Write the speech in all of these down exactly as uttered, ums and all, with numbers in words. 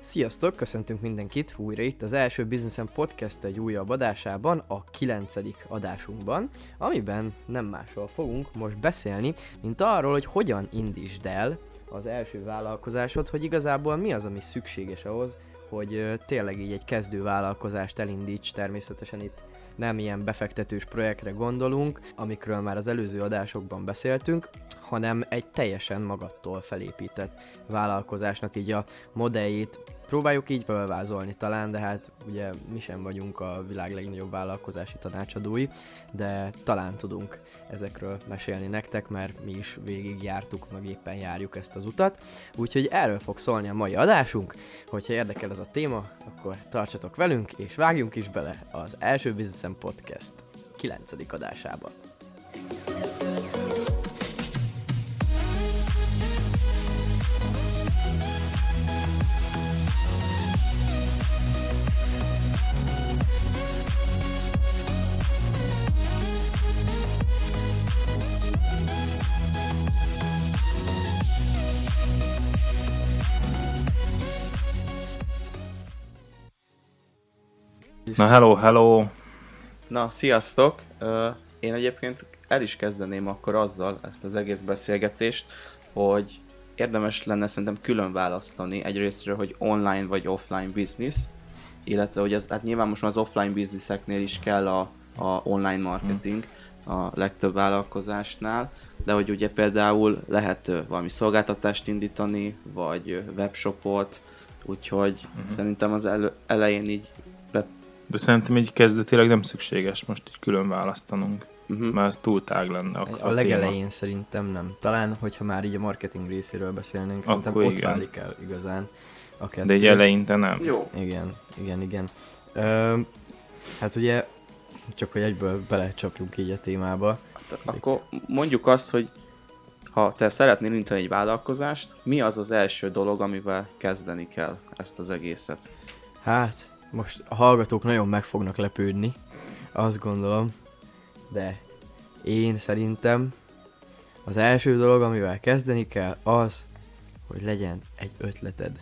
Sziasztok, köszöntünk mindenkit újra itt az első Businessen Podcast egy újabb adásában, a kilencedik adásunkban, amiben nem másról fogunk most beszélni, mint arról, hogy hogyan indítsd el az első vállalkozásod, hogy igazából mi az, ami szükséges ahhoz, hogy tényleg így egy kezdő vállalkozást elindíts. Természetesen itt nem ilyen befektetős projektre gondolunk, amikről már az előző adásokban beszéltünk, hanem egy teljesen magadtól felépített vállalkozásnak így a modelljét próbáljuk így felvázolni talán, de hát ugye mi sem vagyunk a világ legnagyobb vállalkozási tanácsadói, de talán tudunk ezekről mesélni nektek, mert mi is végigjártuk, meg éppen járjuk ezt az utat. Úgyhogy erről fog szólni a mai adásunk, hogyha érdekel ez a téma, akkor tartsatok velünk, és vágjunk is bele az első Businessen Podcast kilencedik adásába. Na, hello, hello! Na, sziasztok! Én egyébként el is kezdeném akkor azzal ezt az egész beszélgetést, hogy érdemes lenne szerintem külön választani egyrésztről, hogy online vagy offline business, illetve hogy ez, hát nyilván most már az offline businesseknél is kell a, a online marketing a legtöbb vállalkozásnál, de hogy ugye például lehet valami szolgáltatást indítani, vagy webshopot, úgyhogy uh-huh. szerintem az elő, elején így be... De szerintem így kezdetileg nem szükséges most így külön választanunk, uh-huh. mert ez túl tág lenne a, a, a legelején téma. Szerintem nem. Talán, hogyha már így a marketing részéről beszélnénk, akkor szerintem ott igen. válik el igazán a kettő. De egy eleinte nem. Jó. Igen, igen, igen. Ö, hát ugye, csak hogy egyből belecsapjunk így a témába. Hát, akkor mondjuk azt, hogy ha te szeretnél indítani egy vállalkozást, mi az az első dolog, amivel kezdeni kell ezt az egészet? Hát... Most a hallgatók nagyon meg fognak lepődni, azt gondolom, de én szerintem az első dolog, amivel kezdeni kell, az, hogy legyen egy ötleted.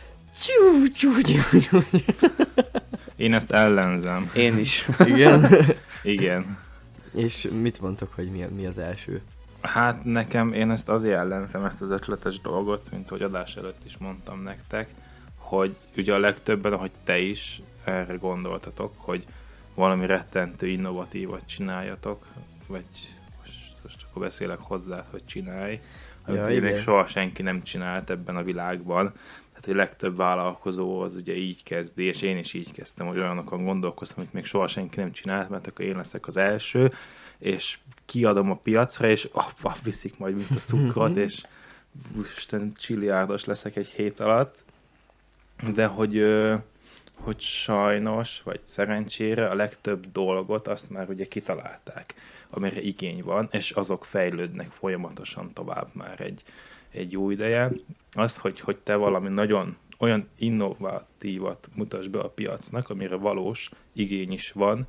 Én ezt ellenzem. Én is. Igen? Igen. És mit mondtok, hogy mi, mi az első? Hát nekem, én ezt azért ellenzem, ezt az ötletes dolgot, mint hogy adás előtt is mondtam nektek, hogy ugye a legtöbben, ahogy te is erre gondoltatok, hogy valami rettentő innovatívat csináljatok, vagy most, most akkor beszélek hozzá, hogy csinálj, amit ja, még soha senki nem csinált ebben a világban. Tehát a legtöbb vállalkozó az ugye így kezdi, és én is így kezdtem, hogy olyanokon gondolkoztam, hogy még soha senki nem csinált, mert akkor én leszek az első, és kiadom a piacra, és appa, viszik majd mint a cukrot, és Isten csilliárdos leszek egy hét alatt. De hogy, hogy sajnos, vagy szerencsére a legtöbb dolgot azt már ugye kitalálták, amire igény van, és azok fejlődnek folyamatosan tovább már egy, egy jó ideje. Az, hogy, hogy te valami nagyon olyan innovatívat mutass be a piacnak, amire valós igény is van,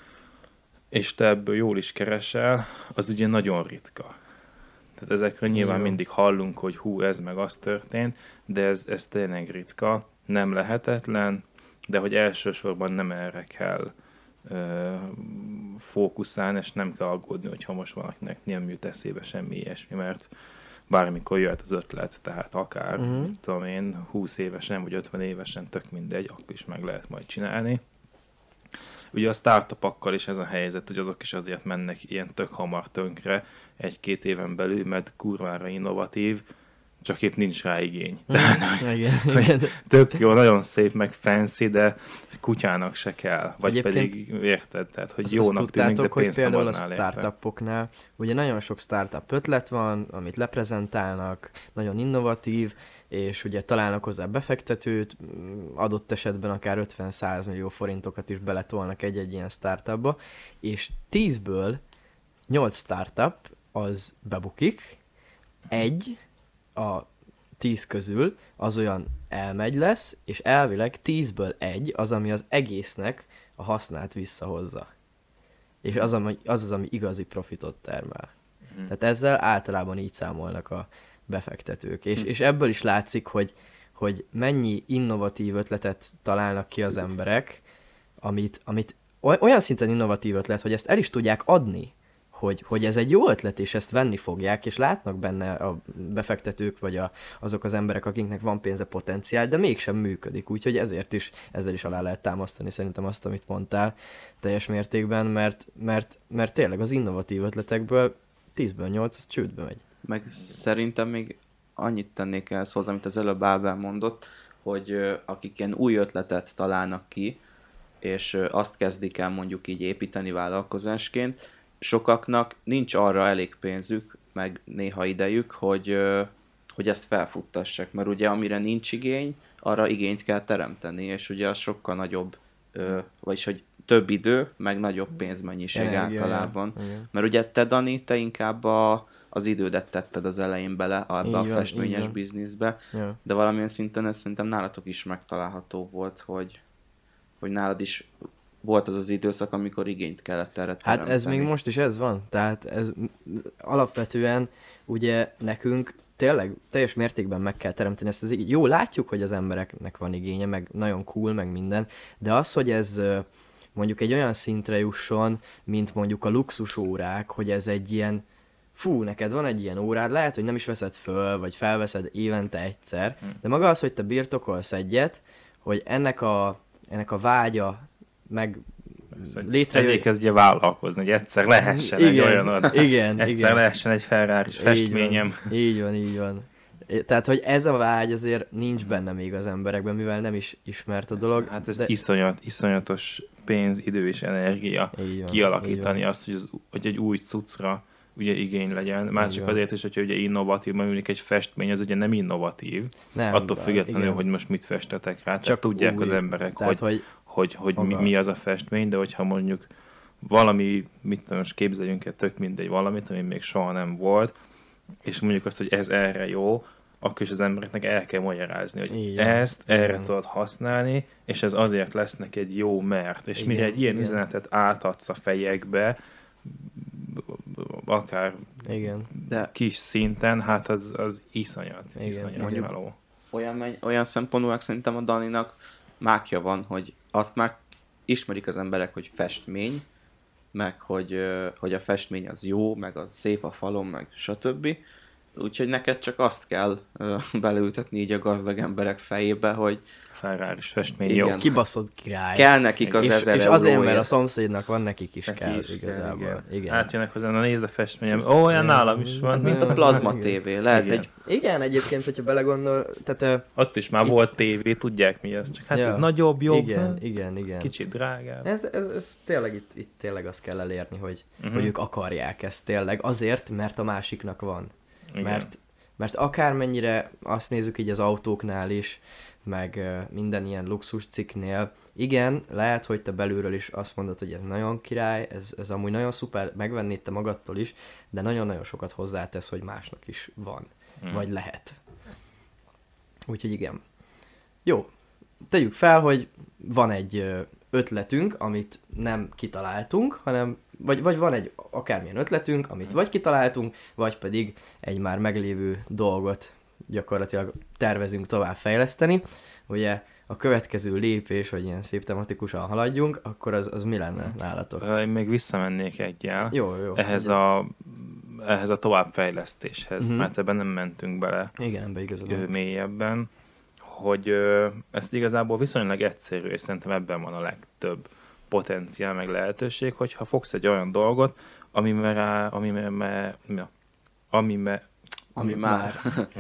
és te ebből jól is keresel, az ugye nagyon ritka. Tehát ezekről nyilván mindig hallunk, hogy hú, ez meg az történt, de ez, ez tényleg ritka, nem lehetetlen, de hogy elsősorban nem erre kell ö, fókuszálni, és nem kell aggódni, hogyha most valakinek nem jut eszébe semmi ilyesmi, mert bármikor jöhet az ötlet, tehát akár, uh-huh. mit tudom én, húsz évesen vagy ötven évesen, tök mindegy, akkor is meg lehet majd csinálni. Ugye a startupakkal is ez a helyzet, hogy azok is azért mennek ilyen tök hamar tönkre egy-két éven belül, mert kurvára innovatív, csak épp nincs rá igény. Tehát, igen, igen. Tök jó, nagyon szép, meg fancy, de kutyának se kell. Vagy egyébként pedig érted, tehát, hogy azt, jónak azt tűnik, de hogy pénzt például a nem startupoknál, ugye nagyon sok startup ötlet van, amit leprezentálnak, nagyon innovatív, és ugye találnak hozzá befektetőt, adott esetben akár ötven-száz millió forintokat is beletolnak egy-egy ilyen startupba, és tízből nyolc startup az bebukik, egy a tíz közül az olyan elmegy lesz, és elvileg tízből egy az, ami az egésznek a hasznát visszahozza. És az, ami, az az, ami igazi profitot termel. Mm. Tehát ezzel általában így számolnak a befektetők. És, mm. és ebből is látszik, hogy, hogy mennyi innovatív ötletet találnak ki az emberek, amit, amit olyan szinten innovatív ötlet, hogy ezt el is tudják adni, hogy, hogy ez egy jó ötlet, és ezt venni fogják, és látnak benne a befektetők, vagy a, azok az emberek, akiknek van pénze, potenciál, de mégsem működik, úgyhogy ezért is ezzel is alá lehet támasztani szerintem azt, amit mondtál teljes mértékben, mert, mert, mert tényleg az innovatív ötletekből tízből nyolc, az csődbe megy. Meg szerintem még annyit tennék el hozzá, amit az előbb Ábel mondott, hogy ö, akik ilyen új ötletet találnak ki, és ö, azt kezdik el mondjuk így építeni vállalkozásként, sokaknak nincs arra elég pénzük, meg néha idejük, hogy, ö, hogy ezt felfuttassák, mert ugye amire nincs igény, arra igényt kell teremteni, és ugye az sokkal nagyobb, ö, vagyis hogy több idő, meg nagyobb pénzmennyiség Energia, általában. igen. Mert ugye te, Dani, te inkább a, az idődet tetted az elején bele ebbe Így a van, festményes így van. bizniszbe, Ja. de valamilyen szinten ez szerintem nálatok is megtalálható volt, hogy, hogy nálad is volt az az időszak, amikor igényt kellett erre teremteni. Hát ez még most is ez van, tehát ez alapvetően ugye nekünk tényleg teljes mértékben meg kell teremteni ezt az igényt. Jó, látjuk, hogy az embereknek van igénye, meg nagyon cool, meg minden, de az, hogy ez mondjuk egy olyan szintre jusson, mint mondjuk a luxusórák, hogy ez egy ilyen, fú, neked van egy ilyen órád, lehet, hogy nem is veszed föl, vagy felveszed évente egyszer, de maga az, hogy te birtokolsz egyet, hogy ennek a, ennek a vágya meg létrejön. Ezért kezdje vállalkozni, hogy egyszer lehessen Igen, egy olyanod. igen, egyszer igen. lehessen egy Ferrari-s festményem. Így van, így van, így van. É- Tehát, hogy ez a vágy azért nincs benne még az emberekben, mivel nem is ismert a dolog. Hát ez de... iszonyat, iszonyatos pénz, idő és energia Így van, kialakítani így van. azt, hogy, az, hogy egy új cuccra ugye igény legyen. Már Így csak van. azért is, hogyha ugye innovatív, mondjuk egy festmény, az ugye nem innovatív. Nem, attól bár, függetlenül, igen. hogy most mit festetek rá. Csak Csak tudják új. az emberek, Tehát, hogy, hogy hogy, hogy mi, maga. mi az a festmény, de hogyha mondjuk valami, mit tudom, most képzeljünk el tök mindegy valamit, ami még soha nem volt, és mondjuk azt, hogy ez erre jó, akkor is az embereknek el kell magyarázni, hogy Így van, ezt erre igen. tudod használni, és ez azért lesz neked jó, mert. És Igen, mire egy ilyen igen. üzenetet átadsz a fejekbe, akár igen. De kis szinten, hát az, az iszonyat, Igen. iszonyat Mondjuk- meló. olyan, megy- olyan szempontból szerintem a Daninak mákja van, hogy azt már ismerik az emberek, hogy festmény, meg hogy, ö, hogy a festmény az jó, meg az szép a falon, meg stb. Úgyhogy neked csak azt kell ö, beleültetni így a gazdag emberek fejébe, hogy Ferrari-s festmény, Igen. jó. Ez kibaszott király. kell nekik az és, ezer és azért, euróért. mert a szomszédnak van, nekik is Neki kell is kell, igazából. igen. Igen. Átjönnek hozzá, na nézd a festményem, ó, olyan igen. nálam is van. Mint a Igen. plazma tévé. Lehet Igen. egy Igen, egyébként, hogyha belegondol, tehát... ö, Ott is már Itt- volt tévé, tudják mi ez, csak hát Ja. ez nagyobb, jobb, Igen, hát igen, igen. kicsit drágább. Ez, ez, ez tényleg itt, itt tényleg azt kell elérni, hogy, Mhm. uh-huh. hogy ők akarják ezt tényleg, azért, mert a másiknak van. Igen. Mert, mert akármennyire azt nézzük így az autóknál is, meg ö, minden ilyen luxus cikknél, igen, lehet, hogy te belülről is azt mondod, hogy ez nagyon király, ez, ez amúgy nagyon szuper, megvennéd te magadtól is, de nagyon-nagyon sokat hozzátesz, hogy másnak is van, Mhm. vagy lehet. Úgyhogy igen. Jó, tegyük fel, hogy van egy ö, ötletünk, amit nem kitaláltunk, hanem, vagy, vagy van egy akármilyen ötletünk, amit vagy kitaláltunk, vagy pedig egy már meglévő dolgot gyakorlatilag tervezünk továbbfejleszteni. Ugye a következő lépés, hogy ilyen szép tematikusan haladjunk, akkor az, az mi lenne nálatok? Ö, Én még visszamennék egyel Jó, jó. ehhez a, ehhez a továbbfejlesztéshez, Mhm. mert ebben nem mentünk bele Igen, ebbe igazad ö, van. mélyebben, hogy ö, ezt igazából viszonylag egyszerű, és szerintem ebben van a legtöbb potenciál, meg lehetőség, hogyha fogsz egy olyan dolgot, ami rá, ami me, ja, ami me, ami már.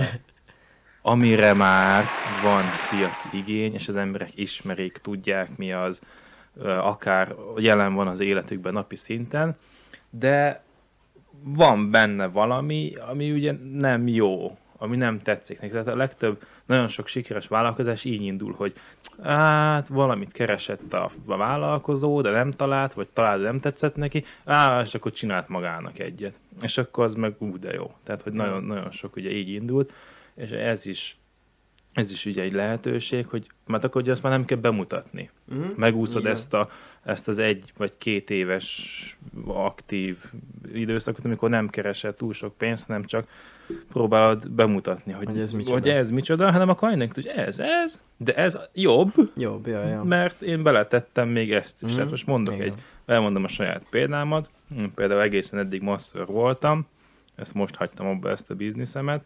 amire már van piaci igény, és az emberek ismerik, tudják mi az, ö, akár jelen van az életükben napi szinten, de van benne valami, ami ugye nem jó, ami nem tetszik neki. Tehát a legtöbb, nagyon sok sikeres vállalkozás így indul, hogy hát valamit keresett a, a vállalkozó, de nem talált, vagy talált, de nem tetszett neki, á, és akkor csinált magának egyet. És akkor az meg úgy, de jó. Tehát, hogy nagyon, nagyon sok ugye így indult, és ez is, ez is ugye egy lehetőség, hogy mert akkor ugye azt már nem kell bemutatni. Mhm, Megúszod igen. ezt, a, ezt az egy vagy két éves aktív időszakot, amikor nem keresel túl sok pénzt, hanem csak próbálod bemutatni, hogy, hogy ez micsoda, hogy ez micsoda, hanem akkor mindenki, hogy ez, ez, de ez jobb, jobb ja, ja. mert én beletettem még ezt is. Mm, Tehát most mondok igen. egy, elmondom a saját példámat, például egészen eddig masször voltam, ezt most hagytam abba ezt a bizniszemet,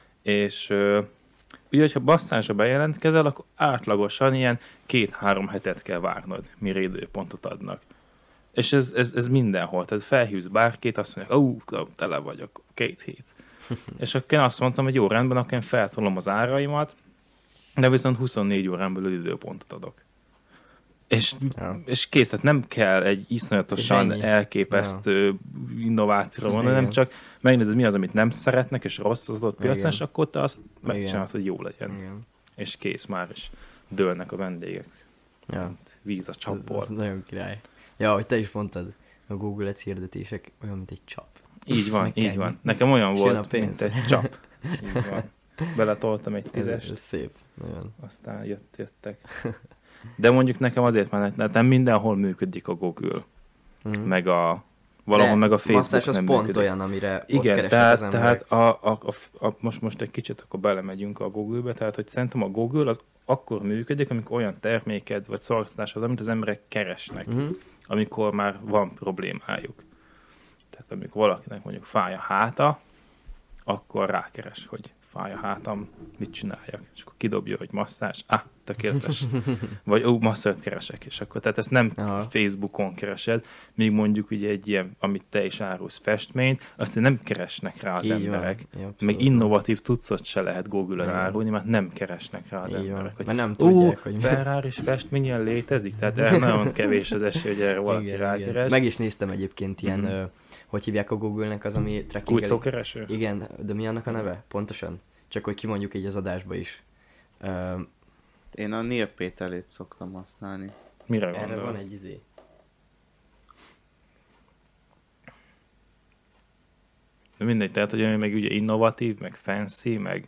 és uh, ugye, hogyha basszásra bejelentkezel, akkor átlagosan ilyen két-három hetet kell várnod, mire időpontot adnak. És ez, ez, ez mindenhol, tehát felhívsz bárkit, azt mondják, ó, tele vagyok, két hét. És akkor én azt mondtam, hogy jó, rendben, akkor én feltolom az áraimat, de viszont huszonnégy órán belül időpontot adok. És, ja. és kész, tehát nem kell egy iszonyatosan elképesztő ja. innovációra mondani, nem csak megnézed, mi az, amit nem szeretnek, és rossz az adott piacon, és akkor te azt megcsinálod, hogy jó legyen. Igen. És kész már, és dőlnek a vendégek. Ja. Víz a csapból. Ez, ez nagyon király. Ja, hogy te is mondtad, a Google Ads hirdetések olyan, mint egy csap. Így van, Meg így kell van. nyitni. Nekem olyan És jön volt, a pénz. mint egy csap. Így van. Beletoltam egy Ez, tízest, ez szép. Nagyon. aztán jött, jöttek. De mondjuk nekem azért, mert nem mindenhol működik a Google, Mm. meg a valahol meg a Facebook masszás az nem pont működik. olyan, amire Igen, ott keresnek tehát, az emberek. tehát a, a, a, a, most, most egy kicsit akkor belemegyünk a Google-be, tehát hogy szerintem a Google az akkor működik, amikor olyan terméked vagy szolgáltatásod, amit az emberek keresnek, Mm-hmm. amikor már van problémájuk. Tehát amikor valakinek mondjuk fáj a háta, akkor rákeres, hogy fáj a hátam, mit csináljak, és akkor kidobja, hogy masszás, ah, tökéletes, vagy ó, masszört keresek, és akkor, tehát ezt nem Aha. Facebookon keresed, míg mondjuk ugye egy ilyen, amit te is árulsz, festményt, azt nem keresnek rá az Így emberek, van. Ja, meg abszolút. innovatív cuccot se lehet Google-en Igen. árulni, mert nem keresnek rá az Így van. emberek, hogy Mert nem ó, tudják, hogy mi. Ferrari festmény ilyen létezik, tehát erre nagyon kevés az esély, hogy erre valaki Igen, rákeres. igen. Meg is néztem egyébként ilyen, Mhm. ö, hogy hívják a Google-nek az, ami Kulcs trackingeli. szókereső? Igen, de mi annak a neve? Pontosan? Csak hogy kimondjuk így az adásba is. Ö, Én a Nearpay-telét szoktam használni. Mire erre gondolsz? van egy izé. De mindegy, tehát, hogy ami meg ugye innovatív, meg fancy, meg,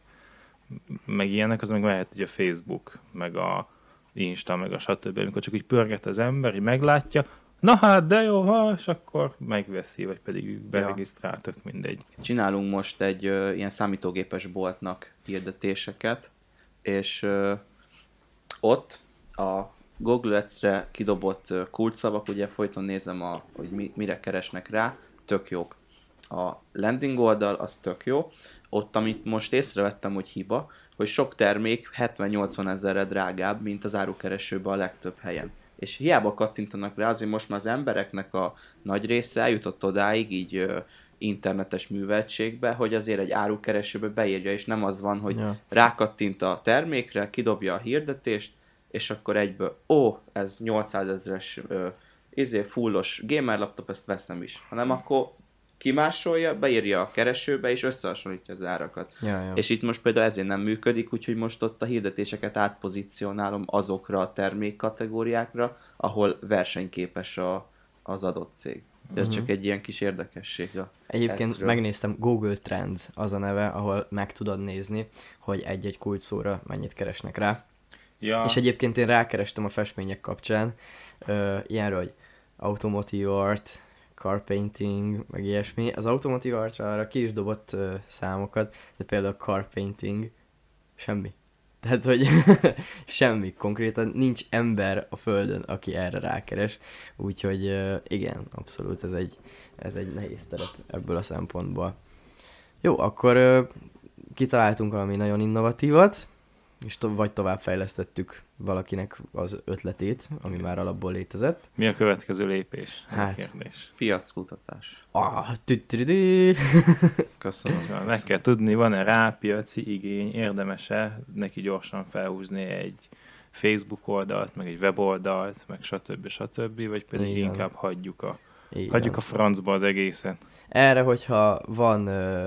meg ilyenek, az meg mehet ugye a Facebook, meg a Insta, meg a stb. Amikor csak úgy pörget az ember, így meglátja, na hát, de jó, ha, és akkor megveszi, vagy pedig beregisztráltok, mindegy. Csinálunk most egy ö, ilyen számítógépes boltnak hirdetéseket, és ö, ott a Google Ads-re kidobott ö, kulcsszavak, ugye folyton nézem, a, hogy mi, mire keresnek rá, tök jók. A landing oldal az tök jó. Ott, amit most észrevettem, hogy hiba, hogy sok termék hetven-nyolcvan ezerre drágább, mint az árukeresőben a legtöbb helyen. És hiába kattintanak rá, azért most már az embereknek a nagy része eljutott odáig, így ö, internetes műveltségbe, hogy azért egy árukeresőbe beírja, és nem az van, hogy Ja. rákattint a termékre, kidobja a hirdetést, és akkor egyből, ó, ez nyolcszázezres ö, izé, fullos gamer laptop, ezt veszem is. Hanem akkor kimásolja, beírja a keresőbe, és összehasonlítja az árakat. Ja, ja. És itt most például ezért nem működik, úgyhogy most ott a hirdetéseket átpozícionálom azokra a termékkategóriákra, ahol versenyképes a, az adott cég. Ez Mhm. csak egy ilyen kis érdekesség. A Egyébként Ads-ről. megnéztem, Google Trends az a neve, ahol meg tudod nézni, hogy egy-egy kulcsszóra mennyit keresnek rá. Ja, És egyébként én rákerestem a festmények kapcsán, ö, ilyenről, hogy automotive art, car painting, meg ilyesmi. Az automotive artra arra ki is dobott ö, számokat, de például a car painting semmi. Tehát, hogy semmi, konkrétan nincs ember a földön, aki erre rákeres, úgyhogy ö, igen, abszolút ez egy, ez egy nehéz terep ebből a szempontból. Jó, akkor ö, kitaláltunk valami nagyon innovatívat, és to- vagy továbbfejlesztettük valakinek az ötletét, ami már alapból létezett. mi a következő lépés? Ez a Hát. kérdés. piackutatás. Ah, tüttürüdü. Köszönöm. Ja, meg kell tudni, van-e rá piaci igény, érdemes-e neki gyorsan felhúzni egy Facebook oldalt, meg egy weboldalt, meg stb. stb. Vagy pedig Igen. inkább hagyjuk a, Így hagyjuk van. a francba az egészet. Erre, hogyha van uh,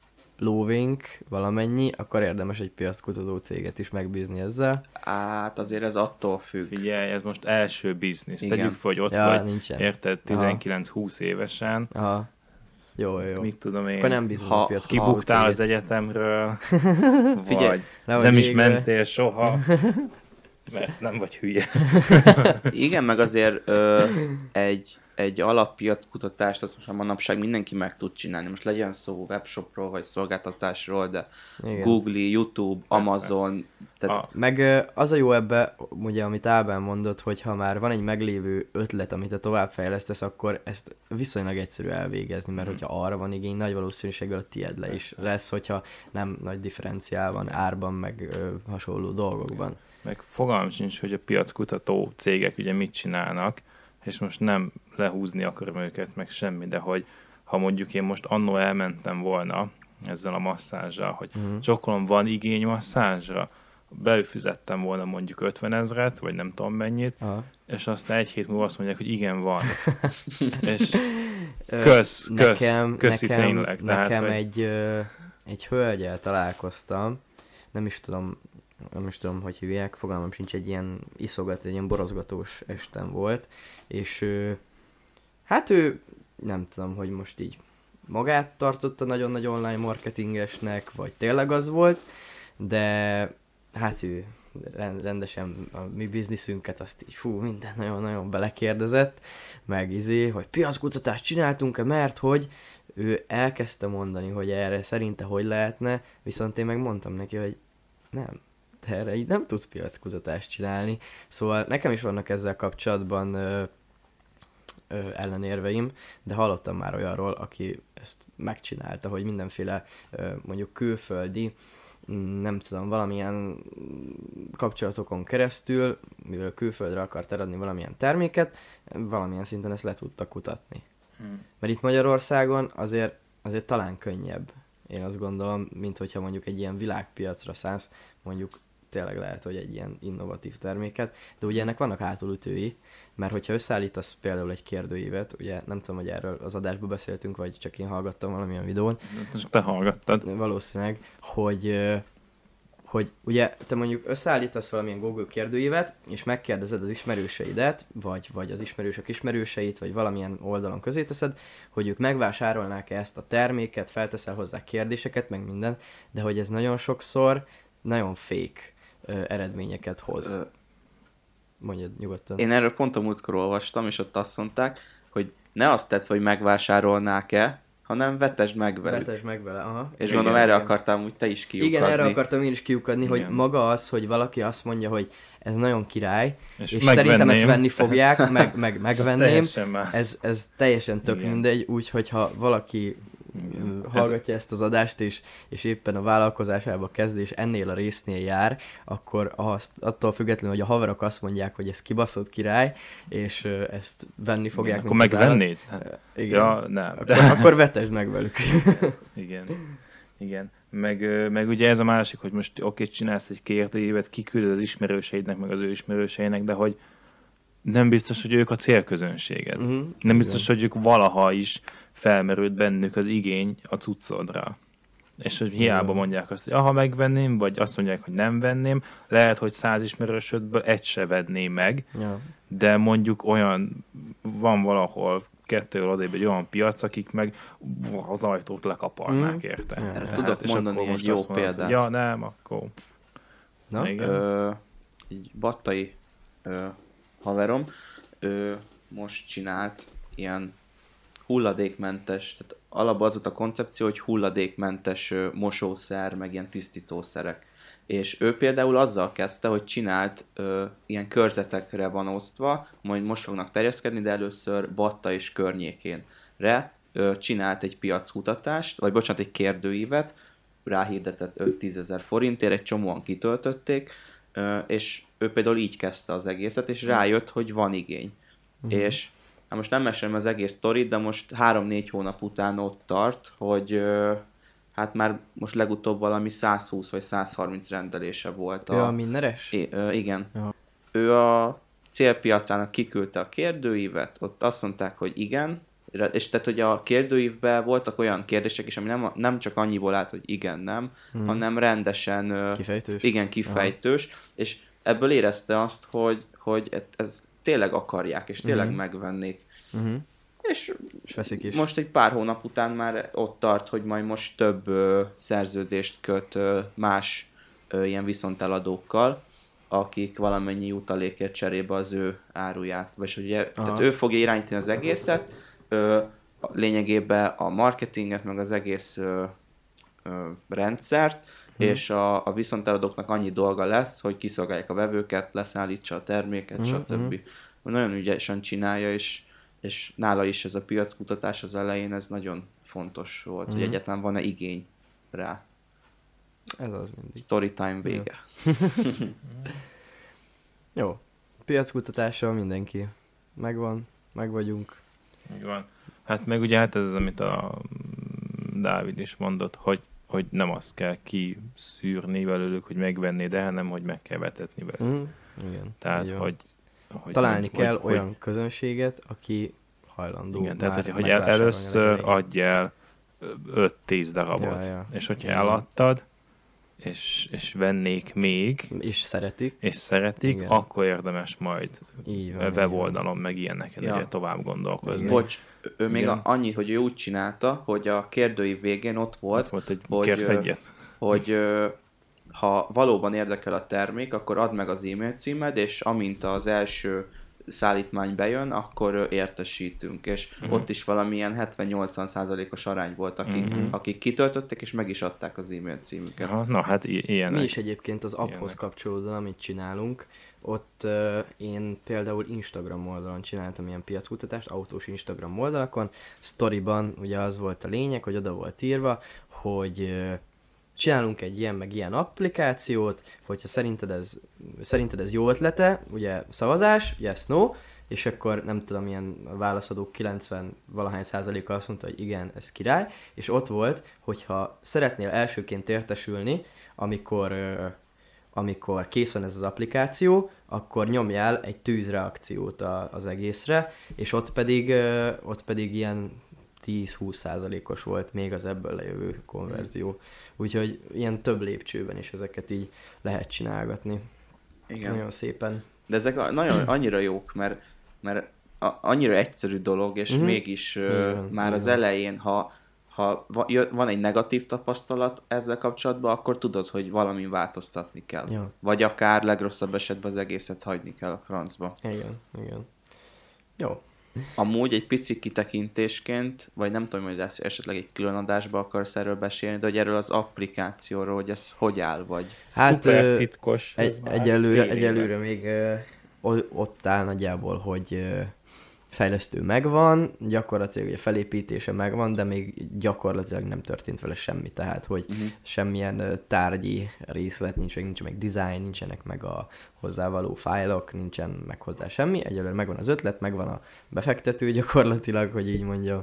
lóvink valamennyi, akkor érdemes egy piackutató céget is megbízni ezzel. Hát azért ez attól függ. Figyelj, ez most első biznisz. Igen. Tegyük fel, hogy ott Ja, vagy, nincsen. érted, tizenkilenc-húsz évesen. Aha. Jó, jó, jó. Mit tudom én, Akkor nem bízunk Ha a piackutató kibuktál az céget. egyetemről, Figyelj, vagy Nehogy nem is végre. mentél soha, mert nem vagy hülye. Igen, meg azért ö, egy, egy alappiackutatást azt most már manapság mindenki meg tud csinálni. Most legyen szó webshopról, vagy szolgáltatásról, de igen. Google, YouTube, persze. Amazon. Tehát... A, meg az a jó ebbe, ugye, amit Ábel mondott, hogy ha már van egy meglévő ötlet, amit te továbbfejlesztesz, akkor ezt viszonylag egyszerű elvégezni, mert mm. hogyha arra van igény, nagy valószínűséggel a tied le is lesz, hogyha nem nagy differenciál van árban, meg ö, hasonló dolgokban. Meg fogalmam sincs, hogy a piackutató cégek ugye mit csinálnak, és most nem lehúzni akarom őket, meg semmi, de hogy ha mondjuk én most annó elmentem volna ezzel a masszázsal, hogy uh-huh. csokolom, van igény masszázsra, belőfizettem volna mondjuk ötven ezret, vagy nem tudom mennyit, uh-huh. és aztán egy hét múlva azt mondják, hogy igen, van. és kösz, kösz, nekem, köszi nekem, tényleg. Nekem Tehát, egy, ö, egy hölgyel találkoztam, nem is tudom, nem is tudom, hogy hívják, fogalmam sincs, egy ilyen iszogat, egy ilyen borozgatós estem volt, és ő, hát ő, nem tudom, hogy most így magát tartotta nagyon nagy online marketingesnek, vagy tényleg az volt, de hát ő rendesen a mi bizniszünket azt így, fú, minden nagyon-nagyon belekérdezett, meg izé, hogy piackutatást csináltunk-e, mert hogy ő elkezdte mondani, hogy erre szerinte hogy lehetne, viszont én meg mondtam neki, hogy nem, te erre így nem tudsz piackutatást csinálni. Szóval nekem is vannak ezzel kapcsolatban ö, ö, ellenérveim, de hallottam már olyanról, aki ezt megcsinálta, hogy mindenféle ö, mondjuk külföldi, nem tudom, valamilyen kapcsolatokon keresztül, mivel külföldre akart eladni valamilyen terméket, valamilyen szinten ezt le tudta kutatni. Hmm. Mert itt Magyarországon azért, azért talán könnyebb, én azt gondolom, mint hogyha mondjuk egy ilyen világpiacra szánsz, mondjuk tényleg lehet, hogy egy ilyen innovatív terméket, de ugye ennek vannak hátulütői, mert hogyha összeállítasz például egy kérdőívet, ugye nem tudom, hogy erről az adásban beszéltünk, vagy csak én hallgattam valamilyen videón. Csak te hallgattad. Valószínűleg, hogy, hogy ugye te mondjuk összeállítasz valamilyen Google kérdőívet, és megkérdezed az ismerőseidet, vagy, vagy az ismerősök ismerőseit, vagy valamilyen oldalon közé teszed, hogy ők megvásárolnák-e ezt a terméket, felteszel hozzá kérdéseket, meg minden, de hogy ez nagyon sokszor nagyon fake ö, eredményeket hoz. Ö... Mondjad nyugodtan. Én erről pont a múltkor olvastam, és ott azt mondták, hogy ne azt tedd, hogy megvásárolnák-e, hanem vetesd meg velük. Vetesd meg vele, aha. És igen, gondolom erre igen. akartam úgy te is kiukadni. Igen, erre akartam én is kiukadni, igen. hogy maga az, hogy valaki azt mondja, hogy ez nagyon király, és, és szerintem ezt venni fogják, meg, meg megvenném. Ez, ez teljesen tök igen. mindegy, úgyhogy ha valaki igen. hallgatja ez... ezt az adást, és, és éppen a vállalkozásába kezd, és ennél a résznél jár, akkor azt, attól függetlenül, hogy a haverok azt mondják, hogy ez kibaszott király, és uh, ezt venni fogják. Igen, akkor megvennéd? Hát, igen. Ja, nem. Akkor, akkor vetesd meg velük. Igen. Igen. Meg, meg ugye ez a másik, hogy most oké, csinálsz egy kérdőívet, kiküldöd az ismerőseidnek, meg az ő ismerőseinek, de hogy nem biztos, hogy ők a célközönséged. Uh-huh. Nem biztos, igen. hogy ők valaha is felmerült bennük az igény a cuccodra. És hogy hiába mondják azt, hogy aha, megvenném, vagy azt mondják, hogy nem venném, lehet, hogy száz ismerősödből egy se vedné meg, ja. de mondjuk olyan, van valahol kettőről odébb egy olyan piac, akik meg az ajtót lekaparnák, mm. érte. Ja. Tehát, tudok mondani egy jó mondod, példát. Ja, nem, akkor... Na? Ö, egy battai ö, haverom, ő most csinált ilyen hulladékmentes, tehát alapban az volt a koncepció, hogy hulladékmentes ö, mosószer, meg ilyen tisztítószerek. És ő például azzal kezdte, hogy csinált ö, ilyen körzetekre van osztva, majd most fognak terjeszkedni, de először Batta és környékénre ö, csinált egy piackutatást, vagy bocsánat, egy kérdőívet, ráhirdetett öt-tízezer forintért, egy csomóan kitöltötték, ö, és ő például így kezdte az egészet, és rájött, hogy van igény. Uh-huh. És hát most nem mesélem az egész sztorit, de most három-négy hónap után ott tart, hogy ö, hát már most legutóbb valami száz húsz vagy száz harminc rendelése volt. A... Ő a mindenes? I- ö, igen. Aha. Ő a célpiacának kiküldte a kérdőívet, ott azt mondták, hogy igen, és tehát, hogy a kérdőívben voltak olyan kérdések is, ami nem, nem csak annyiból állt, hogy igen, nem, hmm. hanem rendesen kifejtős. Igen, kifejtős, aha. és ebből érezte azt, hogy, hogy ez tényleg akarják, és tényleg hmm. megvennék. Uh-huh. És, és veszik is. Most egy pár hónap után már ott tart, hogy majd most több ö, szerződést köt ö, más ö, ilyen viszonteladókkal, akik valamennyi jutalékért cserébe az ő áruját. Vagy ugye, tehát ő fogja irányítani az egészet, ö, lényegében a marketinget, meg az egész ö, ö, rendszert, hmm. és a, a viszonteladóknak annyi dolga lesz, hogy kiszolgálják a vevőket, leszállítsa a terméket, hmm. stb. Hmm. Nagyon ügyesen csinálja, és, és nála is ez a piackutatás az elején, ez nagyon fontos volt, hmm. hogy egyáltalán van-e igény rá. Ez az mindig. Storytime vége. Jó. Piackutatással mindenki megvan, meg vagyunk. Így van. Hát meg ugye hát ez az, amit a Dávid is mondott, hogy, hogy nem azt kell kiszűrni belőlük, hogy megvenni, de hanem, hogy meg kell vetetni belőlük. Mm, igen. Tehát, hogy, hogy... Találni hogy, kell hogy, olyan hogy, közönséget, aki hajlandó. Igen, tehát, hogy, hogy el, először adj el öt-tíz darabot, ja, ja. és hogyha ja. eladtad, és, és vennék még, és szeretik, és szeretik igen. akkor érdemes majd van, weboldalon meg ilyeneken ja. tovább gondolkozni. Bocs, ő még a, annyi, hogy ő úgy csinálta, hogy a kérdőív végén ott volt, ott volt egy hogy, hogy ha valóban érdekel a termék, akkor add meg az e-mail címed, és amint az első szállítmány bejön, akkor értesítünk, és uh-huh. ott is valamilyen hetven-nyolcvan százalékos arány volt, akik, uh-huh. akik kitöltötték, és meg is adták az e-mail címüket. Ja, na hát i- ilyenek. Mi is egyébként az apphoz ilyenek. Kapcsolódóan, amit csinálunk, ott uh, én például Instagram oldalon csináltam ilyen piackutatást, autós Instagram oldalakon, sztoriban ugye az volt a lényeg, hogy oda volt írva, hogy uh, csinálunk egy ilyen meg ilyen applikációt, hogyha szerinted ez, szerinted ez jó ötlete, ugye szavazás, yes, no, és akkor nem tudom, ilyen válaszadók kilencven valahány százaléka azt mondta, hogy igen, ez király, és ott volt, hogyha szeretnél elsőként értesülni, amikor, amikor kész van ez az applikáció, akkor nyomjál egy tűzreakciót a, az egészre, és ott pedig, ott pedig ilyen tíz-húsz százalékos volt még az ebből lejövő konverzió. Úgyhogy ilyen több lépcsőben is ezeket így lehet csinálgatni. Igen. Nagyon szépen. De ezek nagyon annyira jók, mert, mert a, annyira egyszerű dolog, és mm-hmm. mégis igen, uh, már igen. az elején, ha, ha van egy negatív tapasztalat ezzel kapcsolatban, akkor tudod, hogy valamin változtatni kell. Ja. Vagy akár legrosszabb esetben az egészet hagyni kell a francba. Igen, igen. Jó. Amúgy egy pici kitekintésként, vagy nem tudom, hogy esetleg egy külön adásba akarsz erről beszélni, de hogy erről az applikációról, hogy ez hogy áll, vagy... Hát szuper titkos. Egy, egyelőre, egyelőre még ö, ott áll nagyjából, hogy ö, fejlesztő megvan, gyakorlatilag a felépítése megvan, de még gyakorlatilag nem történt vele semmi, tehát hogy uh-huh. semmilyen ö, tárgyi részlet nincs, meg nincs meg design, nincsenek meg a hozzávaló fájlok, nincsen meg hozzá semmi, egyelőre megvan az ötlet, megvan a befektető gyakorlatilag, hogy így mondjam,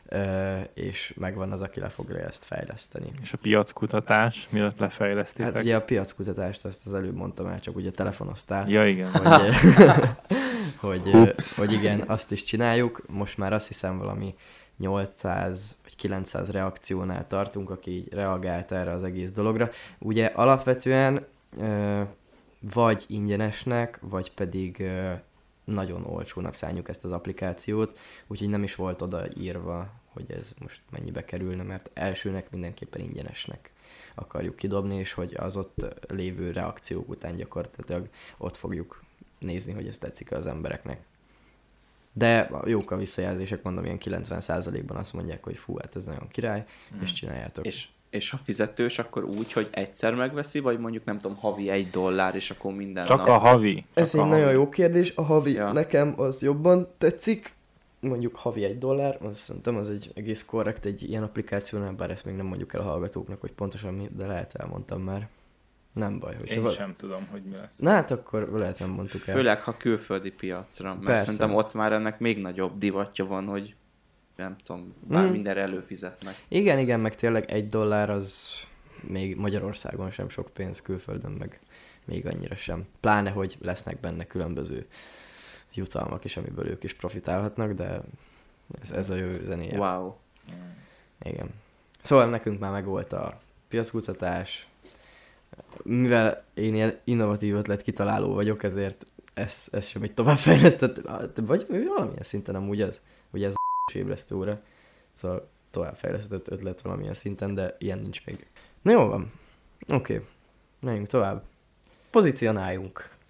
és megvan az, aki le fogja ezt fejleszteni. És a piackutatás, mielőtt lefejlesztitek? Hát ugye a piackutatást, azt az előbb mondtam el, csak ugye telefonoztál. Ja, igen. Hogy, hogy, hogy igen, azt is csináljuk. Most már azt hiszem valami nyolcszáz vagy kilencszáz reakciónál tartunk, aki így reagált erre az egész dologra. Ugye alapvetően vagy ingyenesnek, vagy pedig ö, nagyon olcsónak szánjuk ezt az applikációt, úgyhogy nem is volt odaírva, hogy ez most mennyibe kerülne, mert elsőnek mindenképpen ingyenesnek akarjuk kidobni, és hogy az ott lévő reakciók után gyakorlatilag ott fogjuk nézni, hogy ez tetszik az embereknek. De jók a visszajelzések, mondom, ilyen kilencven százalékban azt mondják, hogy fú, hát ez nagyon király, mm. és csináljátok. És És ha fizetős, akkor úgy, hogy egyszer megveszi, vagy mondjuk nem tudom, havi egy dollár, és akkor minden Csak nap. a havi. Csak Ez a egy havi. nagyon jó kérdés. A havi ja. nekem az jobban tetszik. Mondjuk havi egy dollár, azt szerintem az egy egész korrekt egy ilyen applikációnál, bár ezt még nem mondjuk el a hallgatóknak, hogy pontosan mi, de lehet elmondtam már. Nem baj. Én val- sem tudom, hogy mi lesz. Na hát akkor lehet nem mondtuk el. Főleg, ha külföldi piacra, mert Persze. szerintem ott már ennek még nagyobb divatja van, hogy nem tudom, bár mm. mindenre előfizetnek. Igen, igen, meg tényleg egy dollár az még Magyarországon sem sok pénz, külföldön meg még annyira sem. Pláne, hogy lesznek benne különböző jutalmak is, amiből ők is profitálhatnak, de ez, ez a jövő zenéje. Wow. Igen. Szóval nekünk már megvolt a piackutatás. Mivel én ilyen innovatív ötlet kitaláló vagyok, ezért ez, ez sem egy továbbfejlesztett, vagy valamilyen szinten amúgy az, hogy ez a ébresztő óra. Szóval továbbfejlesztett ötlet valamilyen szinten, de ilyen nincs még. Na jó van. Oké. Okay. Menjünk tovább. Pozícionáljunk.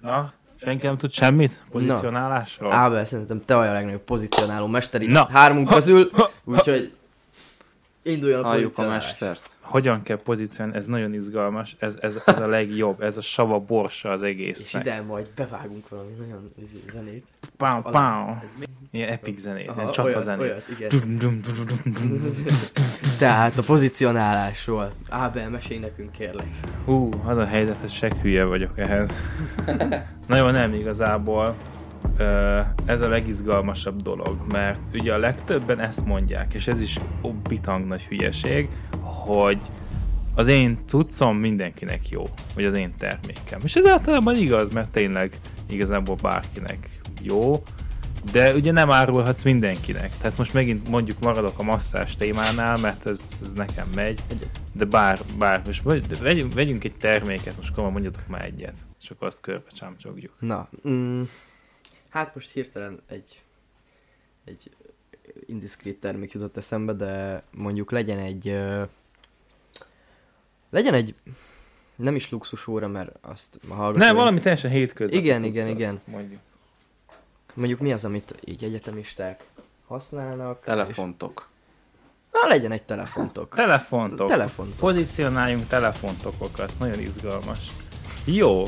Na, senki nem tud semmit pozicionálásról? Ábel, szerintem te vagy a legnagyobb pozícionáló mester itt Na. hármunk közül, úgyhogy induljon a Halljuk a pozícionálás. mestert. Hogyan kell pozícionálni? Ez nagyon izgalmas, ez, ez, ez a legjobb, ez a sava borsa az És egésznek. ide majd bevágunk valami nagyon izé zenét. Pau, pau. Ez még... Ilyen epic zenét, Aha, ilyen csak olyat, a zenét. Olyat, igen. Dum, dum, dum, dum, dum. Tehát a pozicionálásról. Ábel, mesélj nekünk kérlek. Hú, az a helyzet, hogy seg hülye vagyok ehhez. Na jó, nem igazából. Ö, Ez a legizgalmasabb dolog, mert ugye a legtöbben ezt mondják, és ez is ó, bitang nagy hülyeség, hogy az én cuccom mindenkinek jó, vagy az én termékem. És ez általában igaz, mert tényleg igazából bárkinek jó, de ugye nem árulhatsz mindenkinek. Tehát most megint mondjuk maradok a masszás témánál, mert ez, ez nekem megy, de bár, bár most vagy- vegyünk, vegyünk egy terméket, most komolyan mondjatok már egyet, és akkor azt körbe csámcsogjuk. Na, mm, hát most hirtelen egy, egy indiszkrét termék jutott eszembe, de mondjuk legyen egy, ö, legyen egy, nem is luxus óra, mert azt ma hallgatom. Nem, valami teljesen hétköznapi Igen, cuccot, igen, igen. Mondjuk. Mondjuk mi az, amit így egyetemisták használnak. Telefontok. És, na, legyen egy telefontok. Telefontok. Telefontok. Pozícionáljunk telefontokokat. Nagyon izgalmas. Jó.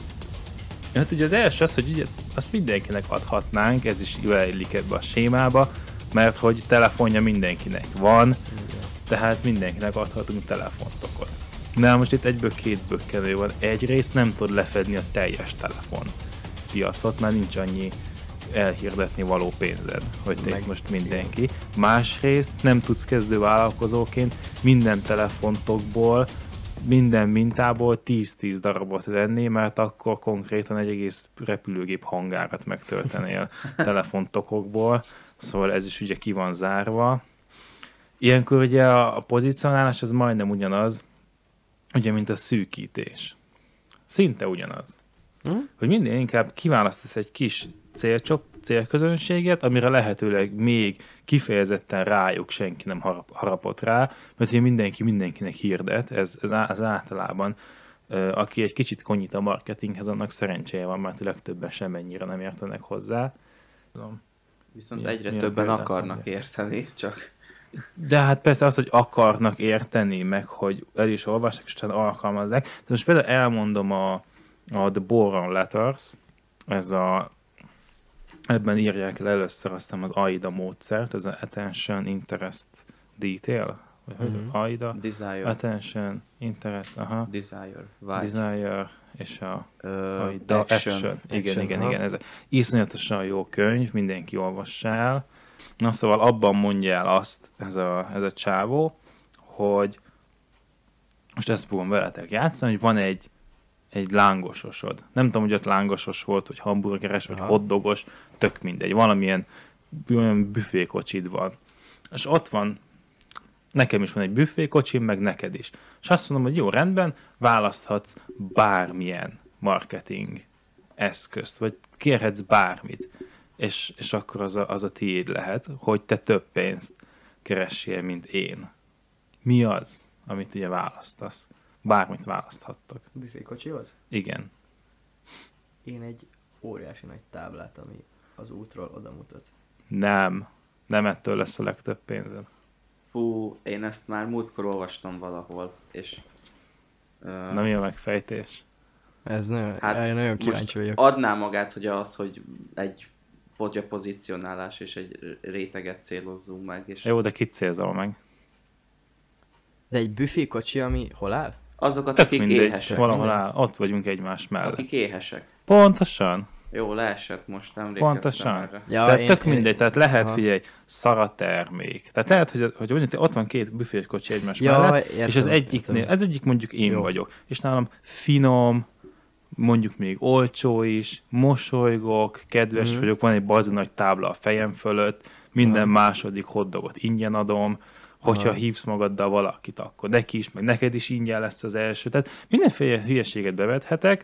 Hát ugye az első az, hogy ugye azt mindenkinek adhatnánk, ez is beillik ebbe a sémába, mert hogy telefonja mindenkinek van, tehát mindenkinek adhatunk telefontokot. Na most itt egyből két bökkenő van. Egyrészt nem tud lefedni a teljes telefon piacot, mert nincs annyi elhirdetni való pénzed, hogy te Meg- itt most mindenki. Másrészt nem tudsz kezdő vállalkozóként minden telefontokból, minden mintából tíz-tíz darabot venni, mert akkor konkrétan egy egész repülőgép hangárat megtöltenél telefontokokból, szóval ez is ugye ki van zárva. Ilyenkor ugye a, a pozicionálás az majdnem ugyanaz, ugye mint a szűkítés. Szinte ugyanaz. Hm? Hogy minden inkább kiválasztasz egy kis célcsop, célközönséget, amire lehetőleg még kifejezetten rájuk senki nem harap, harapott rá, mert ugye mindenki mindenkinek hirdet, ez, ez, á- ez általában, ö, aki egy kicsit konyít a marketinghez, annak szerencséje van, mert a legtöbben semennyire nem értenek hozzá. Tudom. Viszont Milyen- egyre milyen többen példát akarnak mondja? érteni, csak De hát persze az, hogy akarnak érteni, meg hogy el is olvassák, és utána alkalmazzák. De most például elmondom a, a The Boron Letters, ez a, ebben írják el először aztán az AIDA módszert, ez az Attention, Interest, Detail, vagy hogy Mhm. AIDA? desire, Attention, Interest, aha, desire, vágy, Desire, és a ö, AIDA, action. Action. Igen, Action, igen, aha. igen, ez egy iszonyatosan jó könyv, mindenki olvassa el. Na szóval abban mondja el azt ez a, ez a csávó, hogy most ezt fogom veletek játszani, hogy van egy, egy lángososod. Nem tudom, hogy ott lángosos volt, vagy hamburgeres, vagy Aha. hotdogos, tök mindegy. Valamilyen olyan büfékocsid van. És ott van, nekem is van egy büfékocsim, meg neked is. És azt mondom, hogy jó, rendben, választhatsz bármilyen marketing eszközt, vagy kérhetsz bármit. És, és akkor az a, az a tiéd lehet, hogy te több pénzt keressél, mint én. Mi az, amit ugye választasz? Bármit választhattok. Büfékocsihoz? Igen. Én egy óriási nagy táblát, ami az útról oda mutat. Nem. Nem ettől lesz a legtöbb pénzed. Fú, én ezt már múltkor olvastam valahol, és ö, Na mi a megfejtés? Ez nagyon, hát hát nagyon most kíváncsi vagyok. adná magát, hogy az, hogy egy podja pozícionálás és egy réteget célozzunk meg, és Jó, de kit célzol meg? De egy büfékocsi, ami hol áll? azokat, Tök akik mindegy, éhesek. valahol mindegy. áll, ott vagyunk egymás mellett. Akik éhesek. Pontosan, Jó, leesett most, emlékeztem pontosan. erre. Ja, Tehát én- tök én- mindegy, tehát lehet, Aha. figyelj, szara termék. Tehát lehet, hogy, hogy mondjuk, ott van két büfékocsi egymás Ja, mellett, értem, és az egyiknél, értem. ez egyik mondjuk én Jó. vagyok, és nálam finom, mondjuk még olcsó is, mosolygok, kedves Mhm. vagyok, van egy bazi nagy tábla a fejem fölött, minden Aha. második hotdogot ingyen adom, hogyha Aha. hívsz magaddal valakit, akkor neki is, meg neked is ingyen lesz az első. Tehát mindenféle hülyeséget bevethetek,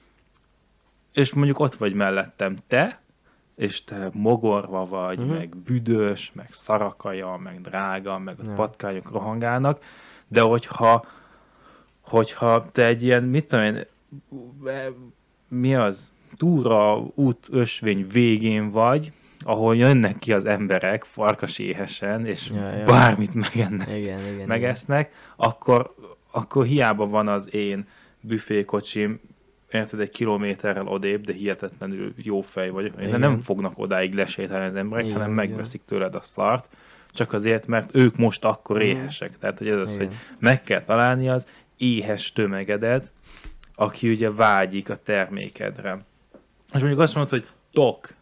és mondjuk ott vagy mellettem te, és te mogorva vagy, Mhm. uh-huh. meg büdös, meg szarakaja, meg drága, meg ott Ja. patkányok rohangálnak, de hogyha, hogyha te egy ilyen, mit tudom én, mi az, túra út ösvény végén vagy, ahol jönnek ki az emberek farkaséhesen, és Ja, ja. bármit megennek, Igen, igen, megesznek, akkor, akkor hiába van az én büfékocsim, érted, egy kilométerrel odébb, de hihetetlenül jó fej vagyok, de Igen. nem fognak odáig lesétálni az emberek, Igen, hanem igen. megveszik tőled a szart, csak azért, mert ők most akkor éhesek. Tehát, hogy ez az, Igen. hogy meg kell találni az éhes tömegedet, aki ugye vágyik a termékedre. És mondjuk azt mondod, hogy tok,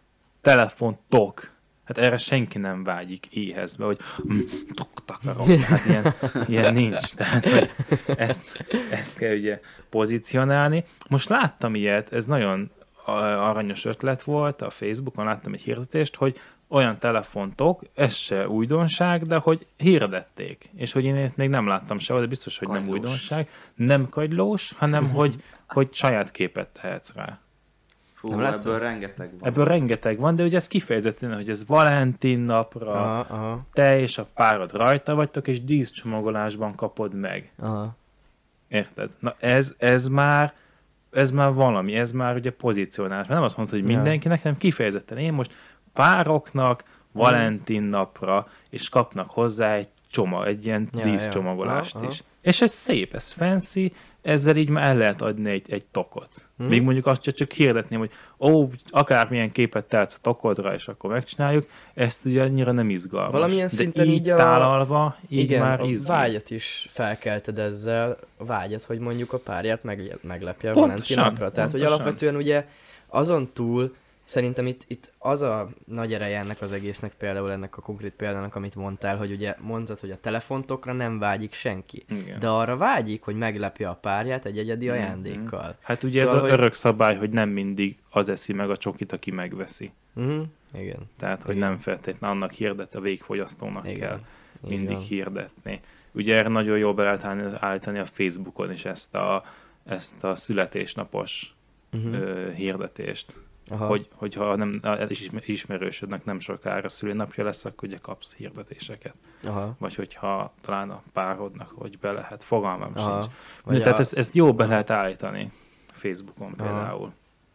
telefon tok. Hát erre senki nem vágyik éhezve, hogy hm, tok takarok. Hát ilyen, ilyen nincs. Tehát, hogy ezt, ezt kell ugye pozícionálni. Most láttam ilyet, ez nagyon aranyos ötlet volt, a Facebookon láttam egy hirdetést, hogy olyan telefontok, ez se újdonság, de hogy hirdették. És hogy én itt még nem láttam sehol, de biztos, hogy Kagylós. nem újdonság. Nem kagylós, hanem hogy, hogy saját képet tehetsz rá. Fú, Nem láttad? ebből rengeteg van. Ebből rengeteg van, de ugye ez kifejezetten, hogy ez Valentin napra, Aha, aha, te és a párod rajta vagytok, és díszcsomagolásban kapod meg. aha. Érted? Na ez, ez már ez már valami, ez már ugye pozícionálás. Mert nem azt mondod, hogy Ja. mindenkinek, hanem kifejezetten én most pároknak, Valentin napra, és kapnak hozzá egy csomag, egy ilyen Ja, díszcsomagolást ja. Aha, is. És ez szép, ez fancy, ezzel így már el lehet adni egy, egy tokot. Mhm. Még mondjuk azt csak, csak hirdetném, hogy ó, akármilyen képet tehetsz a tokodra, és akkor megcsináljuk, ezt ugye annyira nem izgalmas. Valamilyen de szinten így így a- tálalva, így Igen, már a izgi. vágyat is felkelted ezzel, a vágyat, hogy mondjuk a párját meg, meglepje a Pontosan, Valentin napra. Tehát, hogy pontosan. alapvetően ugye azon túl szerintem itt, itt az a nagy ereje ennek az egésznek, például ennek a konkrét példának, amit mondtál, hogy ugye mondtad, hogy a telefontokra nem vágyik senki. Igen. De arra vágyik, hogy meglepje a párját egy egyedi Mhm. ajándékkal. Hát ugye Szóval, ez az hogy- örök szabály, hogy nem mindig az eszi meg a csokit, aki megveszi. Uh-huh. Igen. Tehát, hogy Igen. nem feltétlenül annak hirdet, a végfogyasztónak Igen. kell Így mindig van. hirdetni. Ugye erre nagyon jól be lehet állítani, állítani a Facebookon is ezt a, ezt a születésnapos Uh-huh. ö, hirdetést. Aha. Hogy, hogyha nem, az ismer- ismerősödnek nem sokára szülinapja lesz, akkor ugye kapsz hirdetéseket. Aha. Vagy hogyha talán a párodnak, hogy be lehet, fogalmam Aha. sincs. Vagy De, tehát a- ezt, ezt jó be lehet állítani Facebookon például.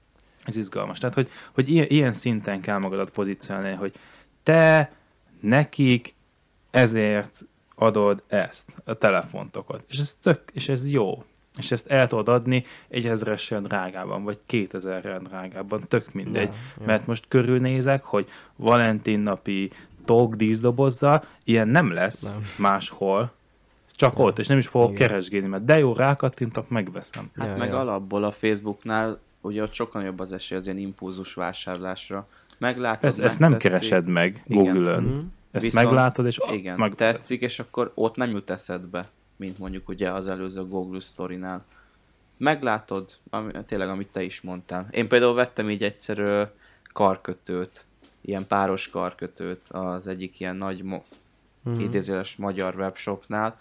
Ez izgalmas. Tehát, hogy, hogy ilyen, ilyen szinten kell magadat pozícionálni, hogy te nekik ezért adod ezt, a telefontokat. És ez tök, és ez jó. És ezt el tudod adni egy ezressel drágában, vagy kétezerrel drágában, tök mindegy. Ja, ja. Mert most körülnézek, hogy Valentin napi tók díszdobozzal, ilyen nem lesz Nem. máshol, csak ott, és nem is fogok Igen. keresgélni, mert de jó, rákattintok, megveszem. Hát Ja, meg ja. alapból a Facebooknál ugye ott sokkal jobb az esély az ilyen impulzus vásárlásra. Meglátod, Ezt, ezt nem megtetszik. keresed meg Igen. Google-ön. Mhm. Ezt Viszont- meglátod, és oh, Igen, megveszed. tetszik, és akkor ott nem jut eszedbe, mint mondjuk ugye az előző Google Story-nál. Meglátod, ami, tényleg, amit te is mondtál. Én például vettem így egyszer ö, karkötőt, ilyen páros karkötőt az egyik ilyen nagy mo- Mhm. idézőjeles magyar webshopnál,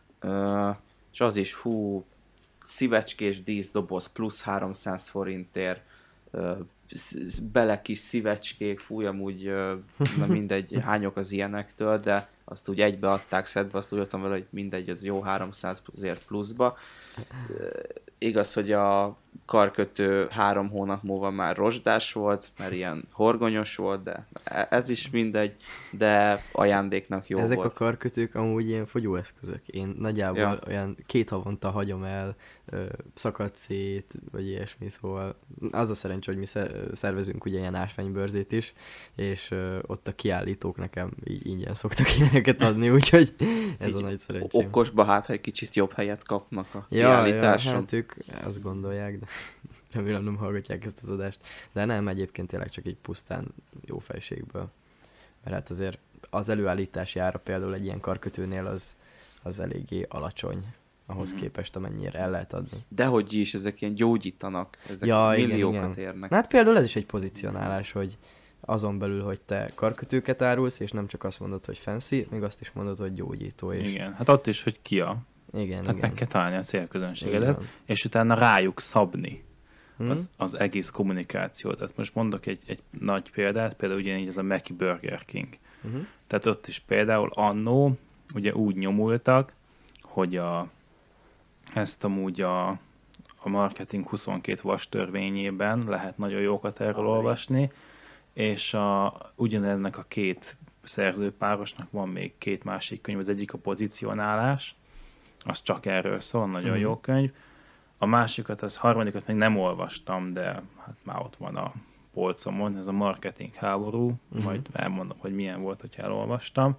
ö, és az is, hú, szívecskés díszdoboz plusz háromszáz forintért, ö, sz- bele kis szívecskék, fúj, amúgy ö, na mindegy, hányok az ilyenektől, de azt úgy egybe adták szedve, azt úgy voltam vele, hogy mindegy, az jó háromszáz azért pluszba. Ö, Igaz, hogy a karkötő három hónap múlva már rozsdás volt, mert ilyen horgonyos volt, de e- ez is mindegy, de ajándéknak jó Ezek volt. a karkötők amúgy ilyen fogyóeszközök. Én nagyjából Ja. olyan két havonta hagyom el, ö, szakadt szét, vagy ilyesmi, szóval az a szerencsé, hogy mi sze- szervezünk ugye ilyen ásványbörzét is, és ö, ott a kiállítók nekem így ingyen szoktak ilyeneket adni, úgyhogy ez Így a nagy szerencsém. Okosba hát, ha egy kicsit jobb helyet kapnak a Ja, ja, kiállításon. hát ők azt gondolják, de remélem nem hallgatják ezt az adást. De nem, egyébként tényleg csak így pusztán jó fejségből. Mert hát azért az előállítási ára például egy ilyen karkötőnél az, az eléggé alacsony ahhoz Mhm. képest, amennyire el lehet adni. Dehogy is, ezek ilyen gyógyítanak, ezek Ja, igen, milliókat igen. érnek. Na hát például ez is egy pozicionálás, hogy azon belül, hogy te karkötőket árulsz, és nem csak azt mondod, hogy fancy, még azt is mondod, hogy gyógyító. És... Igen, hát ott is, hogy ki a. Igen, Tehát igen. meg kell találni a Így célközönségedet, van. és utána rájuk szabni Hm? az, az egész kommunikációt. Tehát most mondok egy, egy nagy példát, például ugyanígy ez a Mackie Burger King. Uh-huh. Tehát ott is például annó ugye úgy nyomultak, hogy a, ezt amúgy a, a Marketing huszonkét vas törvényében lehet nagyon jókat erről Ah, olvasni, és a, ugyanennek a két szerzőpárosnak van még két másik könyv, az egyik a Pozicionálás, az csak erről szól, nagyon Mhm. jó könyv. A másikat, az harmadikat még nem olvastam, de hát már ott van a polcomon, ez a Marketing háború, Mhm. majd elmondom, hogy milyen volt, hogyha elolvastam,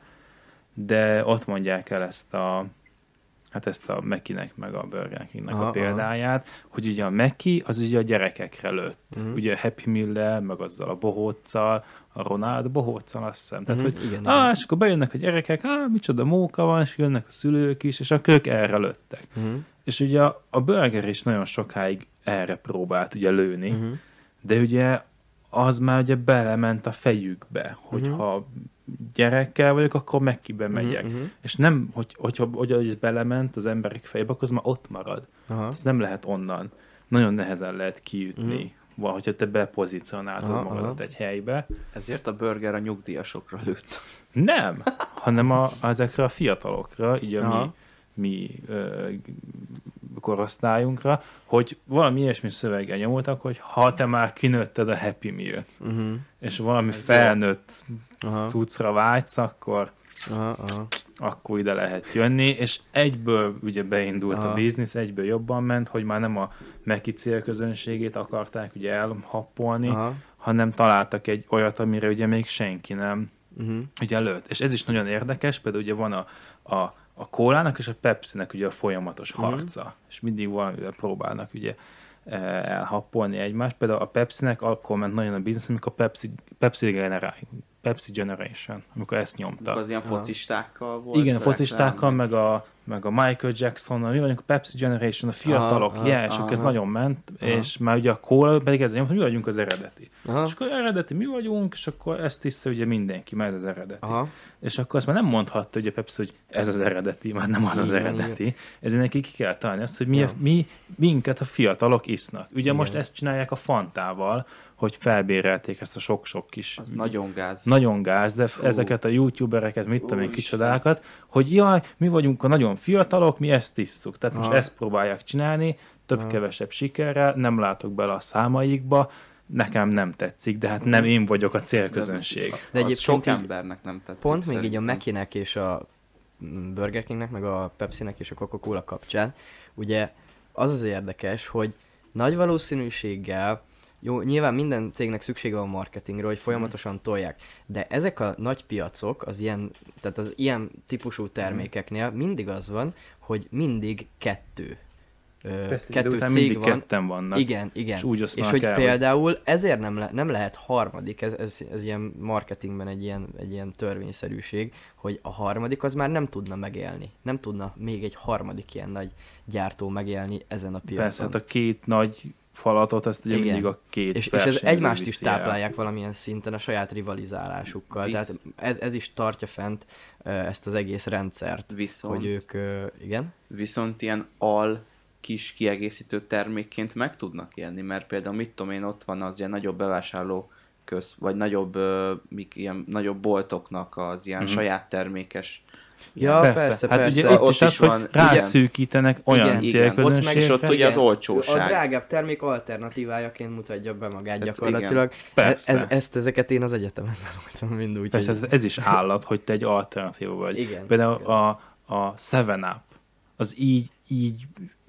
de ott mondják el ezt a hát ezt a Mac-nek meg a Burger Kingnek Aha, a példáját, hogy ugye a Mac az ugye a gyerekekre lőtt. Mhm. Ugye a Happy Meal-lel, meg azzal a bohóccal, a Ronald bohóccal, azt hiszem. Tehát, Mhm, hogy igen, á, igen. és akkor bejönnek a gyerekek, á, micsoda móka van, és jönnek a szülők is, és akkor ők erre lőttek. Mhm. És ugye a, a Burger is nagyon sokáig erre próbált ugye lőni, Mhm. de ugye az már ugye belement a fejükbe, hogy Mhm. ha gyerekkel vagyok, akkor Mac-be megyek. Mhm. És nem, hogy, hogyha, hogyha ez belement az emberek fejébe, akkor az már ott marad. Aha. Ez nem lehet onnan. Nagyon nehezen lehet kiütni. Mhm. Van, hogyha te bepozicionálod Aha, magadat aha. egy helybe. Ezért a burger a nyugdíjasokra lőtt. Nem, hanem a, ezekre a fiatalokra, így a Aha. mi, mi ö, korosztályunkra, hogy valami ilyesmi szöveggel nyomultak, hogy ha te már kinőtted a Happy Meal-t, Mhm. és valami Ez felnőtt Aha. cuccra vágysz, akkor Aha. Aha. akkor ide lehet jönni, és egyből ugye beindult Aha. a biznisz, egyből jobban ment, hogy már nem a Meki célközönségét akarták ugye elhappolni, Aha. hanem találtak egy olyat, amire ugye még senki nem Mhm. ugye lőtt. És ez is nagyon érdekes, például ugye van a, a, a kólának és a Pepsi-nek ugye a folyamatos Mhm. harca, és mindig valamivel próbálnak ugye eh, elhappolni egymást. Például a Pepsi-nek akkor ment nagyon a biznisz, amikor a Pepsi, Pepsi, Genera- Pepsi Generation, amikor ezt nyomta. Az ilyen Aha. focistákkal volt. Igen, a reklám, focistákkal, meg a, meg a Michael Jacksonnal, mi vagyunk a Pepsi Generation, a fiatalok, Aha, aha, yeah, és akkor ez aha. nagyon ment, Aha. és már ugye a Cola pedig ez nyomta, mi vagyunk az eredeti. Aha. És akkor eredeti mi vagyunk, és akkor ezt hiszem, ugye mindenki, mert ez az eredeti. Aha. És És akkor azt már nem mondhatta, hogy a Pepsi, hogy ez az eredeti, már nem az az Igen, eredeti. Ezért neki ki kell találni azt, hogy mi, Ja. a, mi minket a fiatalok isznak. Ugye Igen. most ezt csinálják a Fantával, hogy felbérelték ezt a sok-sok kis Az nagyon gáz. nagyon gáz, de Fú. ezeket a youtubereket, mit tudom én, Úristen. kicsodákat, hogy jaj, mi vagyunk a nagyon fiatalok, mi ezt isszuk. Tehát most Aha. ezt próbálják csinálni, több-kevesebb sikerrel, nem látok bele a számaikba, nekem nem tetszik, de hát nem én vagyok a célközönség. De De egyébként egyébként sok így- embernek nem tetszik. pont még így a szerintem. Mac-nek és a mm, Burger Kingnek, meg a Pepsi-nek és a Coca-Cola kapcsán, ugye az az érdekes, hogy nagy valószínűséggel, jó, nyilván minden cégnek szüksége van marketingre, hogy folyamatosan tolják, de ezek a nagy piacok, az ilyen, tehát az ilyen típusú termékeknél mindig az van, hogy mindig kettő. Ö, Persze, de kettő utána cég mindig van. ketten vannak. Igen, igen. És úgy és osztanak hogy el, hogy- például ezért nem, le, nem lehet harmadik, ez, ez, ez ilyen marketingben egy ilyen, egy ilyen törvényszerűség, hogy a harmadik az már nem tudna megélni. Nem tudna még egy harmadik ilyen nagy gyártó megélni ezen a piacon. Persze, hát a két nagy falatot, azt ugye Igen. mindig a két És, és ez versenyző egymást is viszi el. táplálják valamilyen szinten a saját rivalizálásukkal. Visz- Tehát ez, ez is tartja fent ö, ezt az egész rendszert, Viszont, hogy ők, ö, igen? viszont ilyen al kis kiegészítő termékként meg tudnak élni, mert például mit tudom én, ott van az ilyen nagyobb bevásárló köz, vagy nagyobb, ö, mik, ilyen nagyobb boltoknak az ilyen Mhm. saját termékes. Ja, persze, persze. Hát persze. ugye ott, Ott is, is az, hogy van- rászűkítenek olyan Igen, igen. Ott meg is célközönségre. ott ugye az Igen. olcsóság. A drágább termék alternatívájaként mutatja be magát Hát gyakorlatilag. Persze. Ez, ezt, ezeket én az egyetemen tanultam mind úgy, Persze, hogy... ez, ez is állat, hogy te egy alternatíva vagy. Igen, Például igen. a, a seven up, az így, így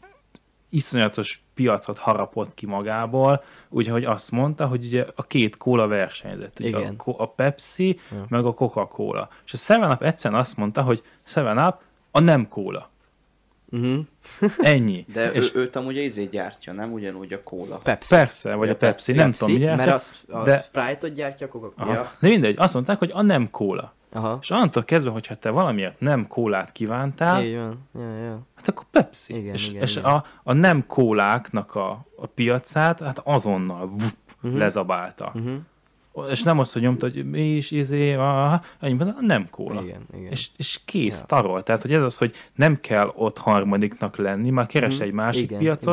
iszonyatos piacot harapott ki magából, úgyhogy azt mondta, hogy ugye a két kóla versenyzett. Ugye Igen. a, ko- a Pepsi, Ja. meg a Coca-Cola. És a seven up egyszerűen azt mondta, hogy seven up a nem kóla. Uh-huh. Ennyi. De és ő, őt amúgy izé gyártja, nem ugyanúgy a kóla. Pepsi. persze, vagy Ja, a Pepsi, Pepsi. nem Pepsi, tudom, miért. mert az, a de- Sprite-ot gyártja a Coca-Cola. Aha. Ja. De mindegy, azt mondták, hogy a nem kóla. Aha. És onnantól kezdve, hogyha te valamiért nem kólát kívántál, Így van. Ja, ja. hát akkor Pepsi. Igen, és igen, és igen. A, a nem kóláknak a, a piacát, hát azonnal vup, Mhm. lezabálta. Uh-huh. És nem azt, hogy nyomta, hogy mi is, izé, a, a nem kóla. Igen, igen. És, és kész, Ja. tarol. Tehát, hogy ez az, hogy nem kell ott harmadiknak lenni, már keres Mhm. egy másik Igen, piacot, igen.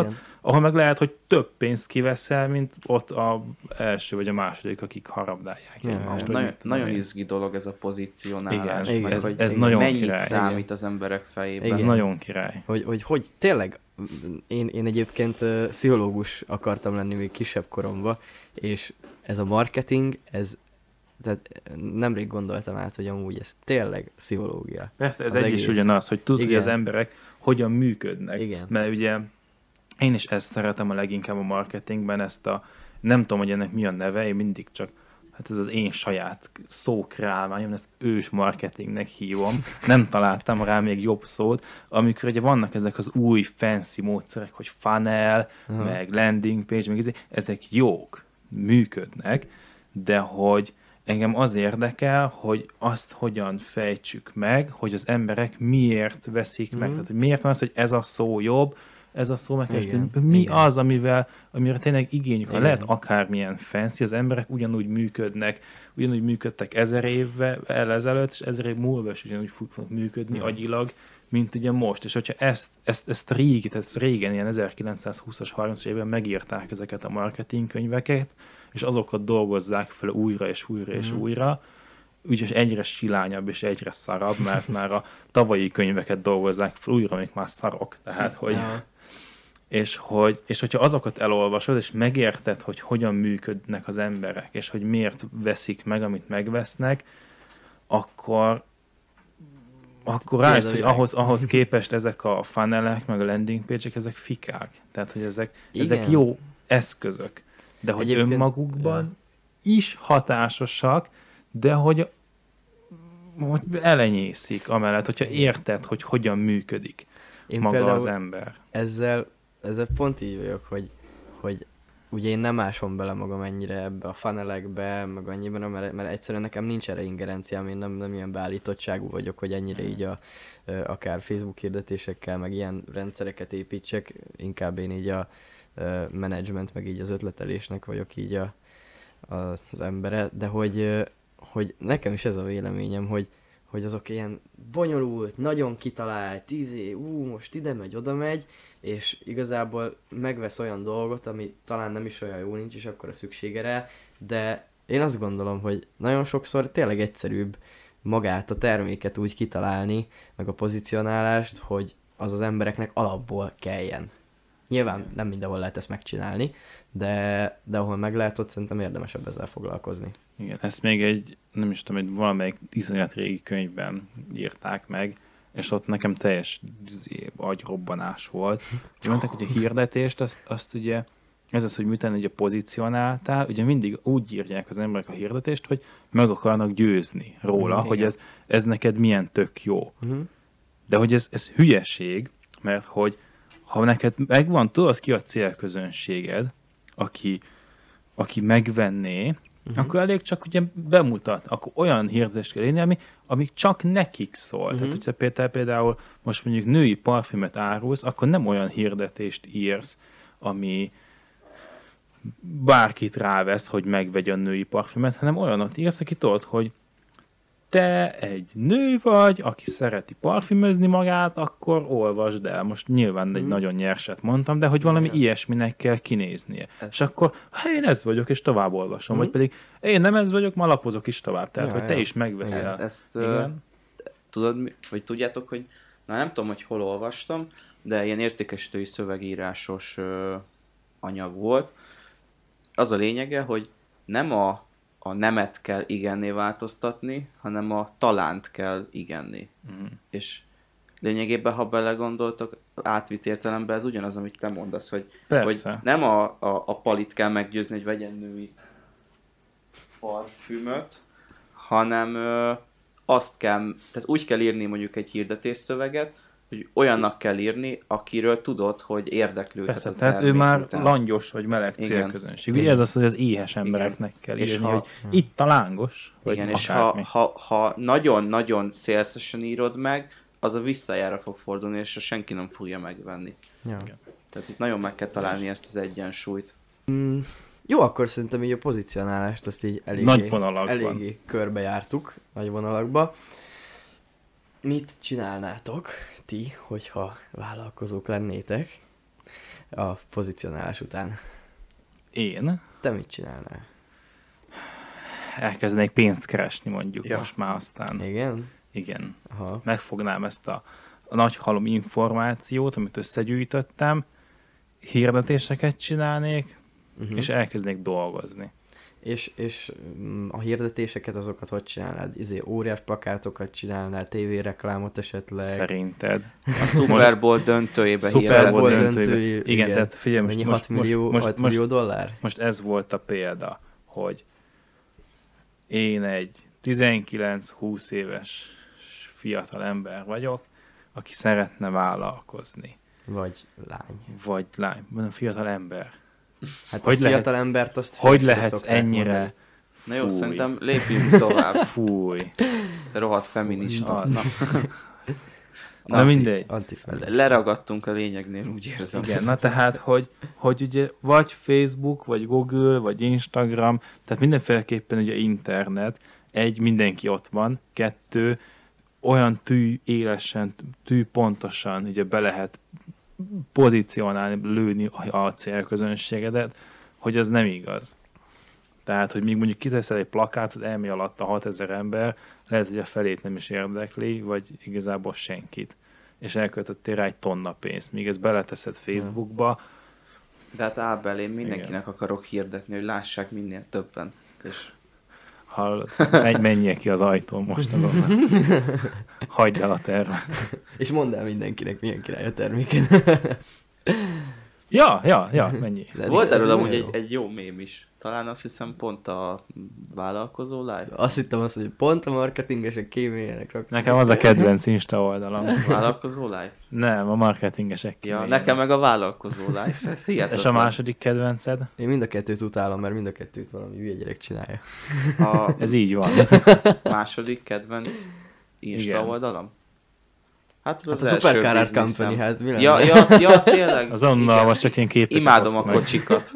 ahol meg lehet, hogy több pénzt kiveszel, mint ott az első vagy a második, akik harabdálják. Ja, egymást, Nagyon, hogy mit tudom nagyon én. izgi dolog ez a pozícionálás, Igen, meg ez- hogy ez nagyon mennyit király. számít Igen. az emberek fejében. Ez Igen. nagyon király. Hogy, hogy, hogy tényleg, én, én egyébként uh, pszichológus akartam lenni még kisebb koromban, és ez a marketing, ez, tehát nemrég gondoltam át, hogy amúgy ez tényleg pszichológia. Persze, ez Az egy egész. is ugyanaz, hogy tudod, hogy Igen. az emberek hogyan működnek. Igen. Mert ugye én is ezt szeretem a leginkább a marketingben, ezt a, nem tudom, hogy ennek mi a neve, én mindig csak, hát ez az én saját szókrálmányom, ezt ős marketingnek hívom, nem találtam rá még jobb szót, amikor ugye vannak ezek az új fancy módszerek, hogy funnel, Aha. meg landing page, meg izé, ezek jók, működnek, de hogy engem az érdekel, hogy azt hogyan fejtsük meg, hogy az emberek miért veszik meg. Mhm. Tehát, hogy miért van az, hogy ez a szó jobb, ez a szó meg kell, Igen, mi igen. az, amivel, amire tényleg igényük van. Igen. Lehet akármilyen fancy, az emberek ugyanúgy működnek, ugyanúgy működtek ezer évvel ezelőtt, és ezer év múlva is ugyanúgy fognak működni Mhm. agyilag, mint ugye most. És hogyha ezt, ezt, ezt, régi, ezt régen, ilyen ezerkilencszázhúszas, harmincas évben megírták ezeket a marketing könyveket, és azokat dolgozzák fel újra és újra és Mhm. újra, úgyhogy egyre silányabb és egyre szarabb, mert már a tavalyi könyveket dolgozzák fel újra, amik már szarok. Tehát, hogy, Ja. és, hogy, és hogyha azokat elolvasod, és megérted, hogy hogyan működnek az emberek, és hogy miért veszik meg, amit megvesznek, akkor akkor Tudod, rájössz, a hogy világ. ahhoz, ahhoz képest ezek a funnelek, meg a landing page-ek, ezek fikák. Tehát, hogy ezek, ezek Igen. jó eszközök. De hogy Egyébként- önmagukban is hatásosak, de hogy, hogy elenyészik amellett, hogyha érted, hogy hogyan működik Én maga például az ember. ezzel, ezzel pont így vagyok, hogy, hogy ugye én nem ásom bele magam ennyire ebbe a funnelekbe, meg annyiban, mert, mert egyszerűen nekem nincs erre ingerenciám, én nem, nem ilyen beállítottságú vagyok, hogy ennyire így a, ö, akár Facebook hirdetésekkel, meg ilyen rendszereket építsek, inkább én így a ö, menedzsment, meg így az ötletelésnek vagyok így a, az, az embere, de hogy, ö, hogy nekem is ez a véleményem, hogy hogy azok ilyen bonyolult, nagyon kitalált, tízé, ú, most ide megy, oda megy, és igazából megvesz olyan dolgot, ami talán nem is olyan jó, nincs is akkora szüksége rá, de én azt gondolom, hogy nagyon sokszor tényleg egyszerűbb magát a terméket úgy kitalálni, meg a pozicionálást, hogy az az embereknek alapból kelljen. Nyilván nem mindenhol lehet ezt megcsinálni, de, de ahol meg lehet, ott szerintem érdemesebb ezzel foglalkozni. Igen, ezt még egy, nem is tudom, egy valamelyik iszonyat régi könyvben írták meg, és ott nekem teljes izé, agyrobbanás volt. Mondták, hogy a hirdetést, azt, azt ugye, ez az, hogy miután ugye pozícionáltál, ugye mindig úgy írják az emberek a hirdetést, hogy meg akarnak győzni róla, Mhm, hogy igen. ez, ez neked milyen tök jó. Uh-huh. De hogy ez, ez hülyeség, mert hogy ha neked megvan, tudod ki a célközönséged, aki, aki megvenné, uh-huh. akkor elég csak ugye bemutat, akkor olyan hirdetést kell írni, ami, ami csak nekik szól. Uh-huh. Tehát, hogyha például, például most mondjuk női parfümöt árulsz, akkor nem olyan hirdetést írsz, ami bárkit rávesz, hogy megvegye a női parfümöt, hanem olyanot írsz, aki tudod, hogy te egy nő vagy, aki szereti parfümözni magát, akkor olvasd el. Most nyilván egy Mhm. nagyon nyerset mondtam, de hogy valami Igen. ilyesminek kell kinéznie. Ez- És akkor, ha én ez vagyok, és tovább olvasom. Mhm. Vagy pedig én nem ez vagyok, ma lapozok is tovább. Tehát, Ja, hogy te ja. is megveszel. Ezt ö, Igen. tudod, mi- vagy tudjátok, hogy na nem tudom, hogy hol olvastam, de ilyen értékesítői szövegírásos ö, anyag volt. Az a lényege, hogy nem a, a nemet kell igenné változtatni, hanem a talánt kell igenni. Mhm. És lényegében, ha belegondoltok, átvitt értelemben ez ugyanaz, amit te mondasz, hogy, Persze. hogy nem a, a, a palit kell meggyőzni, hogy vegyen női parfümöt, hanem ö, azt kell, tehát úgy kell írni mondjuk egy hirdetésszöveget, hogy olyannak kell írni, akiről tudod, hogy érdeklődhet Persze, a tehát ő termék már után. langyos vagy meleg Igen. célközönség. És- Ugye ez az, hogy az éhes embereknek kell És írni, ha- hogy itt a lángos, vagy Igen, és ha, akármi. ha, ha nagyon-nagyon szélszesen írod meg, az a visszajára fog fordulni, és a senki nem fogja megvenni. Ja. Igen. Tehát itt nagyon meg kell találni ezt az egyensúlyt. Mm, jó, akkor szerintem így a pozicionálást azt így eléggé, Nagy vonalakban. eléggé körbejártuk, nagy vonalakba. Mit csinálnátok ti, hogyha vállalkozók lennétek? a pozicionálás után? Én Te mit csinálnál? elkezdenék pénzt keresni mondjuk Ja. most már aztán. Igen? Igen. Aha. Megfognám ezt a, a nagy halom információt, amit összegyűjtöttem, hirdetéseket csinálnék, Uh-huh. és elkezdenék dolgozni. És, és mm, a hirdetéseket azokat hogy csinálnád? Izé, óriás plakátokat csinálnál, tévéreklámot esetleg? Szerinted? A Super Bowl döntőjébe Super hirdetni. Bowl döntőjébe. döntői, Igen, igen. tehát figyelj, most, Mennyi most, hat millió, most, most, hat millió most, dollár? most ez volt a példa, hogy én egy tizenkilenc-húsz éves fiatal ember vagyok, aki szeretne vállalkozni. Vagy lány. Vagy lány, mondom, fiatal ember. Hát Hogy a fiatal lehetsz- embert azt Hogy férfire lehetsz szokták ennyire... mondani. Na jó, Fúj. szerintem lépjünk tovább. Fúj. Te rohadt feminista. Na, Na, na Na, mindegy. Antifeminista. leragadtunk a lényegnél, úgy érzem. Igen, na tehát, hogy, hogy ugye vagy Facebook, vagy Google, vagy Instagram, tehát mindenféleképpen ugye internet, egy, mindenki ott van, kettő, olyan tű élesen, tű pontosan ugye be lehet pozícionálni, lőni a célközönségedet, hogy az nem igaz. Tehát, hogy még mondjuk kiteszel egy plakátot, elmegy alatt a hatezer ember, lehet, hogy a felét nem is érdekli, vagy igazából senkit. És elköltöttél rá egy tonna pénzt. Míg ezt beleteszed Facebookba, De hát Ábel, én mindenkinek akarok hirdetni, hogy lássák minél többen. És hallod, menj, menjél ki az ajtón most azonnal. Hagyd el a tervet. És mondd el mindenkinek, milyen király a terméken. Ja, ja, ja, mennyi. De volt ez erről amúgy nagyon egy, jó. egy jó mém is. Talán azt hiszem pont a vállalkozó live. Azt hittem azt, hogy pont a marketingesek kémélyenek raktak. Nekem az a kedvenc Insta oldalam. Vállalkozó live? Nem, a marketingesek. Ja, kémélyenek. nekem meg a vállalkozó live. Ez hihetetlen. És a második kedvenced? Én mind a kettőt utálom, mert mind a kettőt valami hülye gyerek csinálja. A Ez így van. második kedvenc Insta Igen. oldalam? Hát az Hát az a első Supercar Art bizniszem. Company, hát mi lenne? Ja, ja, ja, tényleg. Azonnal Igen. most csak én képeket Imádom a osztom meg. kocsikat.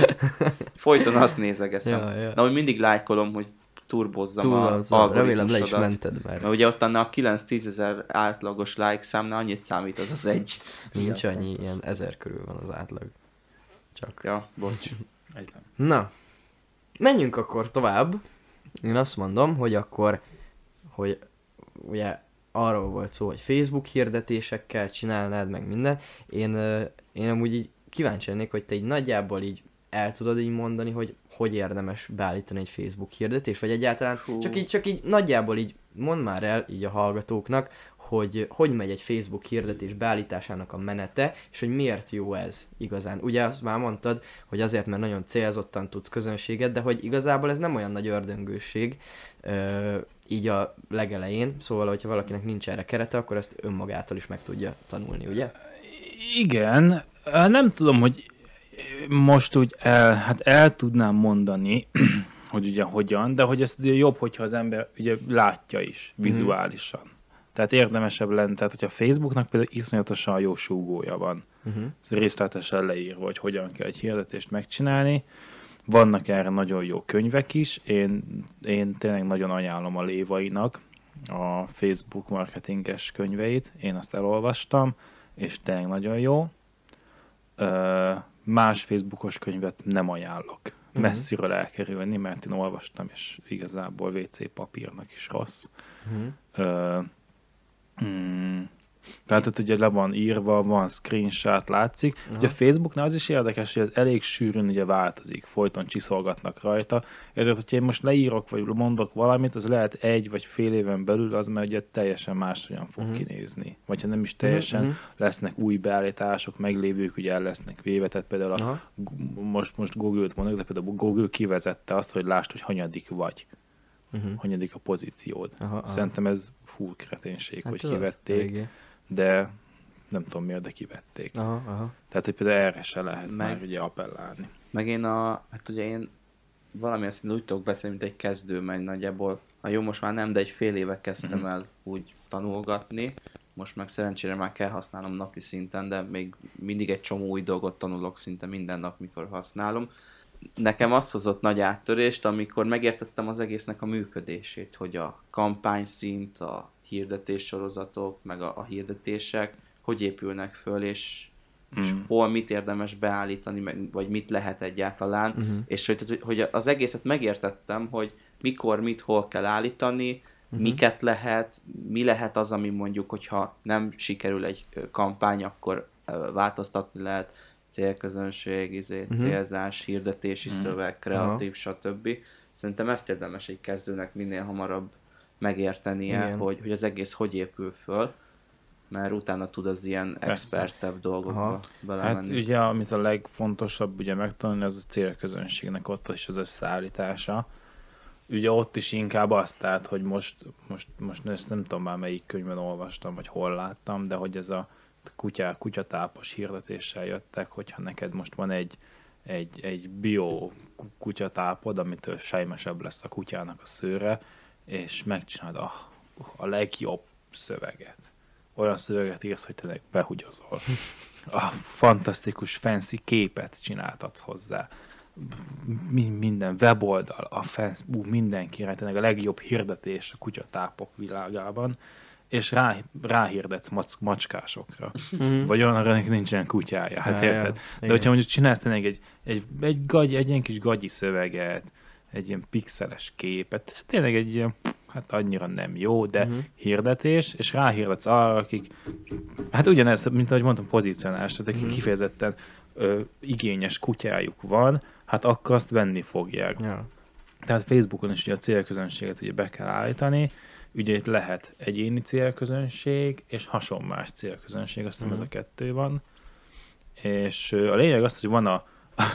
Folyton azt nézegetem. Ja, ja. Na, hogy mindig lájkolom, hogy turbozzam Túl a van, szóval remélem le is algoritmusodat. mented, mert Mert ugye ott annál a kilenc-tízezer átlagos like számnál annyit számít az az egy. nincs annyi, ilyen ezer körül van az átlag. Csak. Ja, bocs. Egy nem. Na, menjünk akkor tovább. Én azt mondom, hogy akkor, hogy ugye arról volt szó, hogy Facebook hirdetésekkel csinálnád, meg minden. Én, ö, én amúgy így kíváncsi lennék, hogy te így nagyjából így el tudod így mondani, hogy hogy érdemes beállítani egy Facebook hirdetés, vagy egyáltalán Hú. csak így, csak így nagyjából így mondd már el így a hallgatóknak, hogy hogy megy egy Facebook hirdetés beállításának a menete, és hogy miért jó ez igazán. Ugye azt már mondtad, hogy azért, mert nagyon célzottan tudsz közönséget, de hogy igazából ez nem olyan nagy ördöngőség, ö, így a legelején, szóval, hogyha valakinek nincs erre kerete, akkor ezt önmagától is meg tudja tanulni, ugye? Igen, nem tudom, hogy most úgy el, hát el tudnám mondani, hogy ugye hogyan, de hogy ez ugye jobb, hogyha az ember ugye látja is vizuálisan. Mm. Tehát érdemesebb lenne, tehát hogyha Facebooknak például iszonyatosan jó súgója van. Uh-huh. Ez részletesen leírva, hogy hogyan kell egy hirdetést megcsinálni. Vannak erre nagyon jó könyvek is. Én, én tényleg nagyon ajánlom a Lévainak a Facebook marketinges könyveit. Én azt elolvastam, és tényleg nagyon jó. Ö, más Facebookos könyvet nem ajánlok. Uh-huh. Messziről elkerülni, mert én olvastam, és igazából vé cé papírnak is rossz. Uh-huh. Ö, Hmm. Tehát ott ugye le van írva, van screenshot, látszik. Aha. Ugye a Facebooknál az is érdekes, hogy ez elég sűrűn ugye változik, folyton csiszolgatnak rajta. Ezért, hogyha én most leírok, vagy mondok valamit, az lehet egy vagy fél éven belül, az már ugye teljesen máshogyan fog Uh-huh. kinézni. Vagy ha nem is teljesen, Uh-huh. lesznek új beállítások, meglévők ugye el lesznek véve, tehát például a, Aha. most, most Google-t mondok, de például Google kivezette azt, hogy lásd, hogy hanyadik vagy. Uh-huh. Hanyadik a pozíciód. Aha, aha. Szerintem ez full kreténség, Hát hogy ez az, kivették, eléggé. de nem tudom miért, de kivették. Aha, aha. Tehát, hogy például erre se lehet Meg- már ugye appellálni. Meg én a, hát ugye én valamilyen szinten úgy tudok beszélni, mint egy kezdő, mert nagyjából, ha jó, most már nem, de egy fél éve kezdtem Mhm. el úgy tanulgatni. Most meg szerencsére már kell használnom napi szinten, de még mindig egy csomó új dolgot tanulok szinte minden nap, mikor használom. Nekem az hozott nagy áttörést, amikor megértettem az egésznek a működését, hogy a kampányszint, a hirdetés sorozatok, meg a, a hirdetések hogy épülnek föl, és mm. és hol mit érdemes beállítani, meg, vagy mit lehet egyáltalán, uh-huh. és hogy, hogy az egészet megértettem, hogy mikor, mit, hol kell állítani, uh-huh. miket lehet, mi lehet az, ami mondjuk, hogyha nem sikerül egy kampány, akkor változtatni lehet, célközönség, izé, uh-huh. célzás, hirdetési uh-huh. szöveg, kreatív, uh-huh. stb. Szerintem ezt érdemes egy kezdőnek minél hamarabb megértenie, hogy, hogy az egész hogy épül föl, mert utána tud az ilyen expertebb dolgokba belemenni. Hát ugye, amit a legfontosabb ugye megtanulni, az a célközönségnek ott is az összeállítása. Ugye ott is inkább azt, tehát, hogy most, most, most ezt nem tudom már melyik könyvben olvastam, vagy hol láttam, de hogy ez a kutyá, kutyatápos hirdetéssel jöttek, hogyha neked most van egy, egy, egy bio kutyatápod, amitől sejmesebb lesz a kutyának a szőre, és megcsinálod a, a legjobb szöveget. Olyan szöveget írsz, hogy tényleg behugyozol. A fantasztikus, fancy képet csináltatsz hozzá. Minden weboldal, a fancy, ú, mindenkire, tényleg a legjobb hirdetés a kutyatápok világában, és rá, ráhirdetsz mac, macskásokra. Mm-hmm. Vagy olyanra, akinek nincsen kutyája, hát ja, érted? Ja, de hogyha mondjuk csinálsz tényleg egy, egy, egy, gagy, egy ilyen kis gagyi szöveget, egy ilyen pixeles képet, tényleg egy ilyen, hát annyira nem jó, de uh-huh. hirdetés, és ráhirdetsz arra, akik, hát ugyanez, mint ahogy mondtam, pozícionálás, tehát akik uh-huh. kifejezetten ö, igényes kutyájuk van, hát akkor azt venni fogják. Ja. Tehát Facebookon is ugye a célközönséget ugye be kell állítani, ugye itt lehet egyéni célközönség, és hasonlás célközönség, azt hiszem uh-huh. ez a kettő van. És ö, a lényeg az, hogy van a,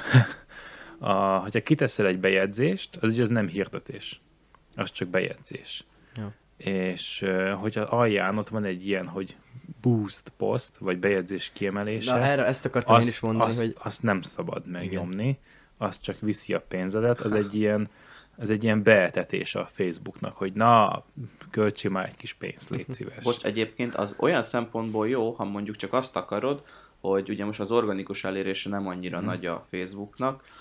a hogyha kiteszel egy bejegyzést, az ugye az nem hirdetés. Az csak bejegyzés. Ja. És uh, hogyha alján ott van egy ilyen, hogy boost post, vagy bejegyzés kiemelése. Na erre ezt akartam azt, én is mondani, azt, hogy... Azt nem szabad megnyomni, azt csak viszi a pénzedet. Az egy ilyen, az egy ilyen beetetés a Facebooknak, hogy na, költsél már egy kis pénzt, légy szíves. Bocs, egyébként az olyan szempontból jó, ha mondjuk csak azt akarod, hogy ugye most az organikus elérése nem annyira hmm. nagy a Facebooknak,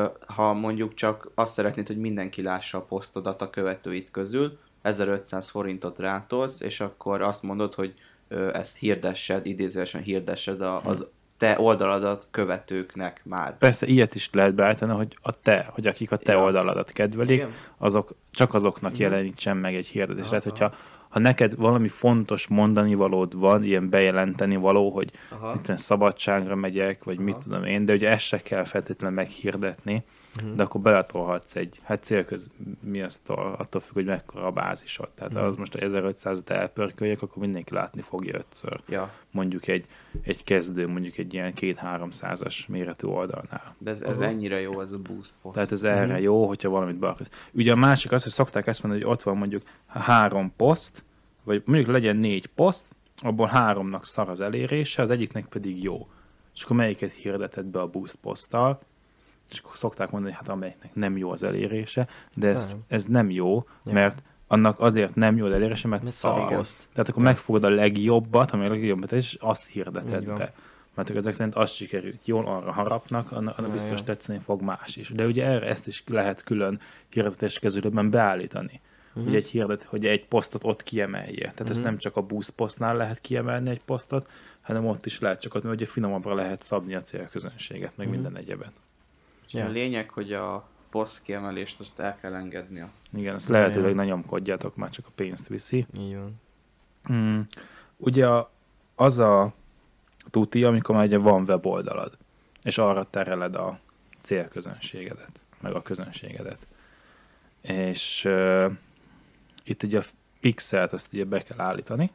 ha mondjuk csak azt szeretnéd, hogy mindenki lássa a posztodat a követőid közül, ezerötszáz forintot rátolsz, és akkor azt mondod, hogy ezt hirdessed, idézőesen hirdessed az te oldaladat követőknek már. Persze, ilyet is lehet beállítani, hogy a te, hogy akik a te ja. oldaladat kedvelik, azok csak azoknak Igen. jelenítsen meg egy hirdetés. Tehát, hogyha ha neked valami fontos mondani valód van, ilyen bejelenteni való, hogy mit tudom, szabadságra megyek, vagy Aha. mit tudom én, de ugye ezt se kell feltétlenül meghirdetni, uh-huh. de akkor beletolhatsz egy, hát célköz, mi azt attól függ, hogy mekkora a bázisod. Tehát uh-huh. az most, hogy ezerötszázat elpörköljek, akkor mindenki látni fogja ötször. Ja. Mondjuk egy, egy kezdő, mondjuk egy ilyen két-háromszázas méretű oldalnál. De ez, ez uh-huh. ennyire jó, ez a boost post. Tehát ez erre uh-huh. jó, hogyha valamit be akarsz. Ugye a másik az, hogy szokták ezt mondani, hogy ott van mondjuk három poszt, vagy mondjuk legyen négy poszt, abból háromnak szar az elérése, az egyiknek pedig jó. És akkor melyiket hirdeted be a boost poszttal, és akkor szokták mondani, hogy hát amelyiknek nem jó az elérése, de ez, ez nem jó, mert annak azért nem jó az elérése, mert szar. Tehát akkor megfogod a legjobbat, ami a legjobbat, és azt hirdeted be. Mert ezek szerint az sikerült jól, arra harapnak, annak biztos tetszeni fog más is. De ugye erre ezt is lehet külön hirdetés kezdődőben beállítani. Uh-huh. Hogy egy hirdet, hogy egy posztot ott kiemelje. Tehát uh-huh. ezt nem csak a boost posztnál lehet kiemelni egy posztot, hanem ott is lehet csak ott, mert ugye finomabbra lehet szabni a célközönséget, meg uh-huh. minden egyebet. Ja. A lényeg, hogy a poszt kiemelést azt el kell engedni. Igen, ezt lehetőleg ne nyomkodjátok, már csak a pénzt viszi. Így van. Hmm. Ugye az a tuti, amikor már ugye van weboldalad, és arra tereled a célközönségedet, meg a közönségedet. És uh, itt ugye a pixelt azt ugye be kell állítani.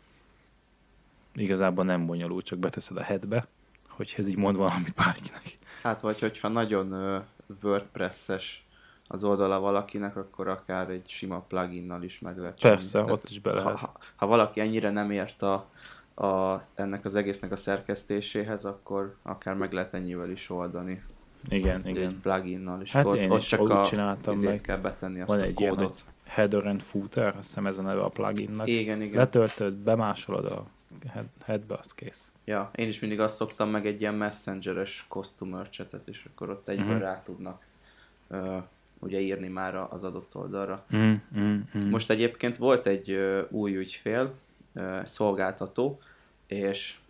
Igazából nem bonyolult, csak beteszed a headbe, hogy ez így mond valamit bárkinek. Hát vagy hogyha nagyon uh, WordPress-es az oldala valakinek, akkor akár egy sima pluginnal is meg lehet csinálni. Persze, Tehát, ott is be lehet. Ha, ha valaki ennyire nem ért a, a, ennek az egésznek a szerkesztéséhez, akkor akár meg lehet ennyivel is oldani. Igen, egy, igen. Egy pluginnal is. Hát ott, én ott is csak úgy a, csináltam meg. kell betenni azt van a egy kódot. Ilyen, header and footer, azt hiszem ez a neve a pluginnak. Igen, igen. Letöltöd, bemásolod a headbe, az kész. Ja, én is mindig azt szoktam meg egy ilyen messengeres customer chatet, és akkor ott egyből uh-huh. rá tudnak uh, ugye írni már az adott oldalra. Mm, mm, mm. Most egyébként volt egy uh, új ügyfél, uh, szolgáltató, és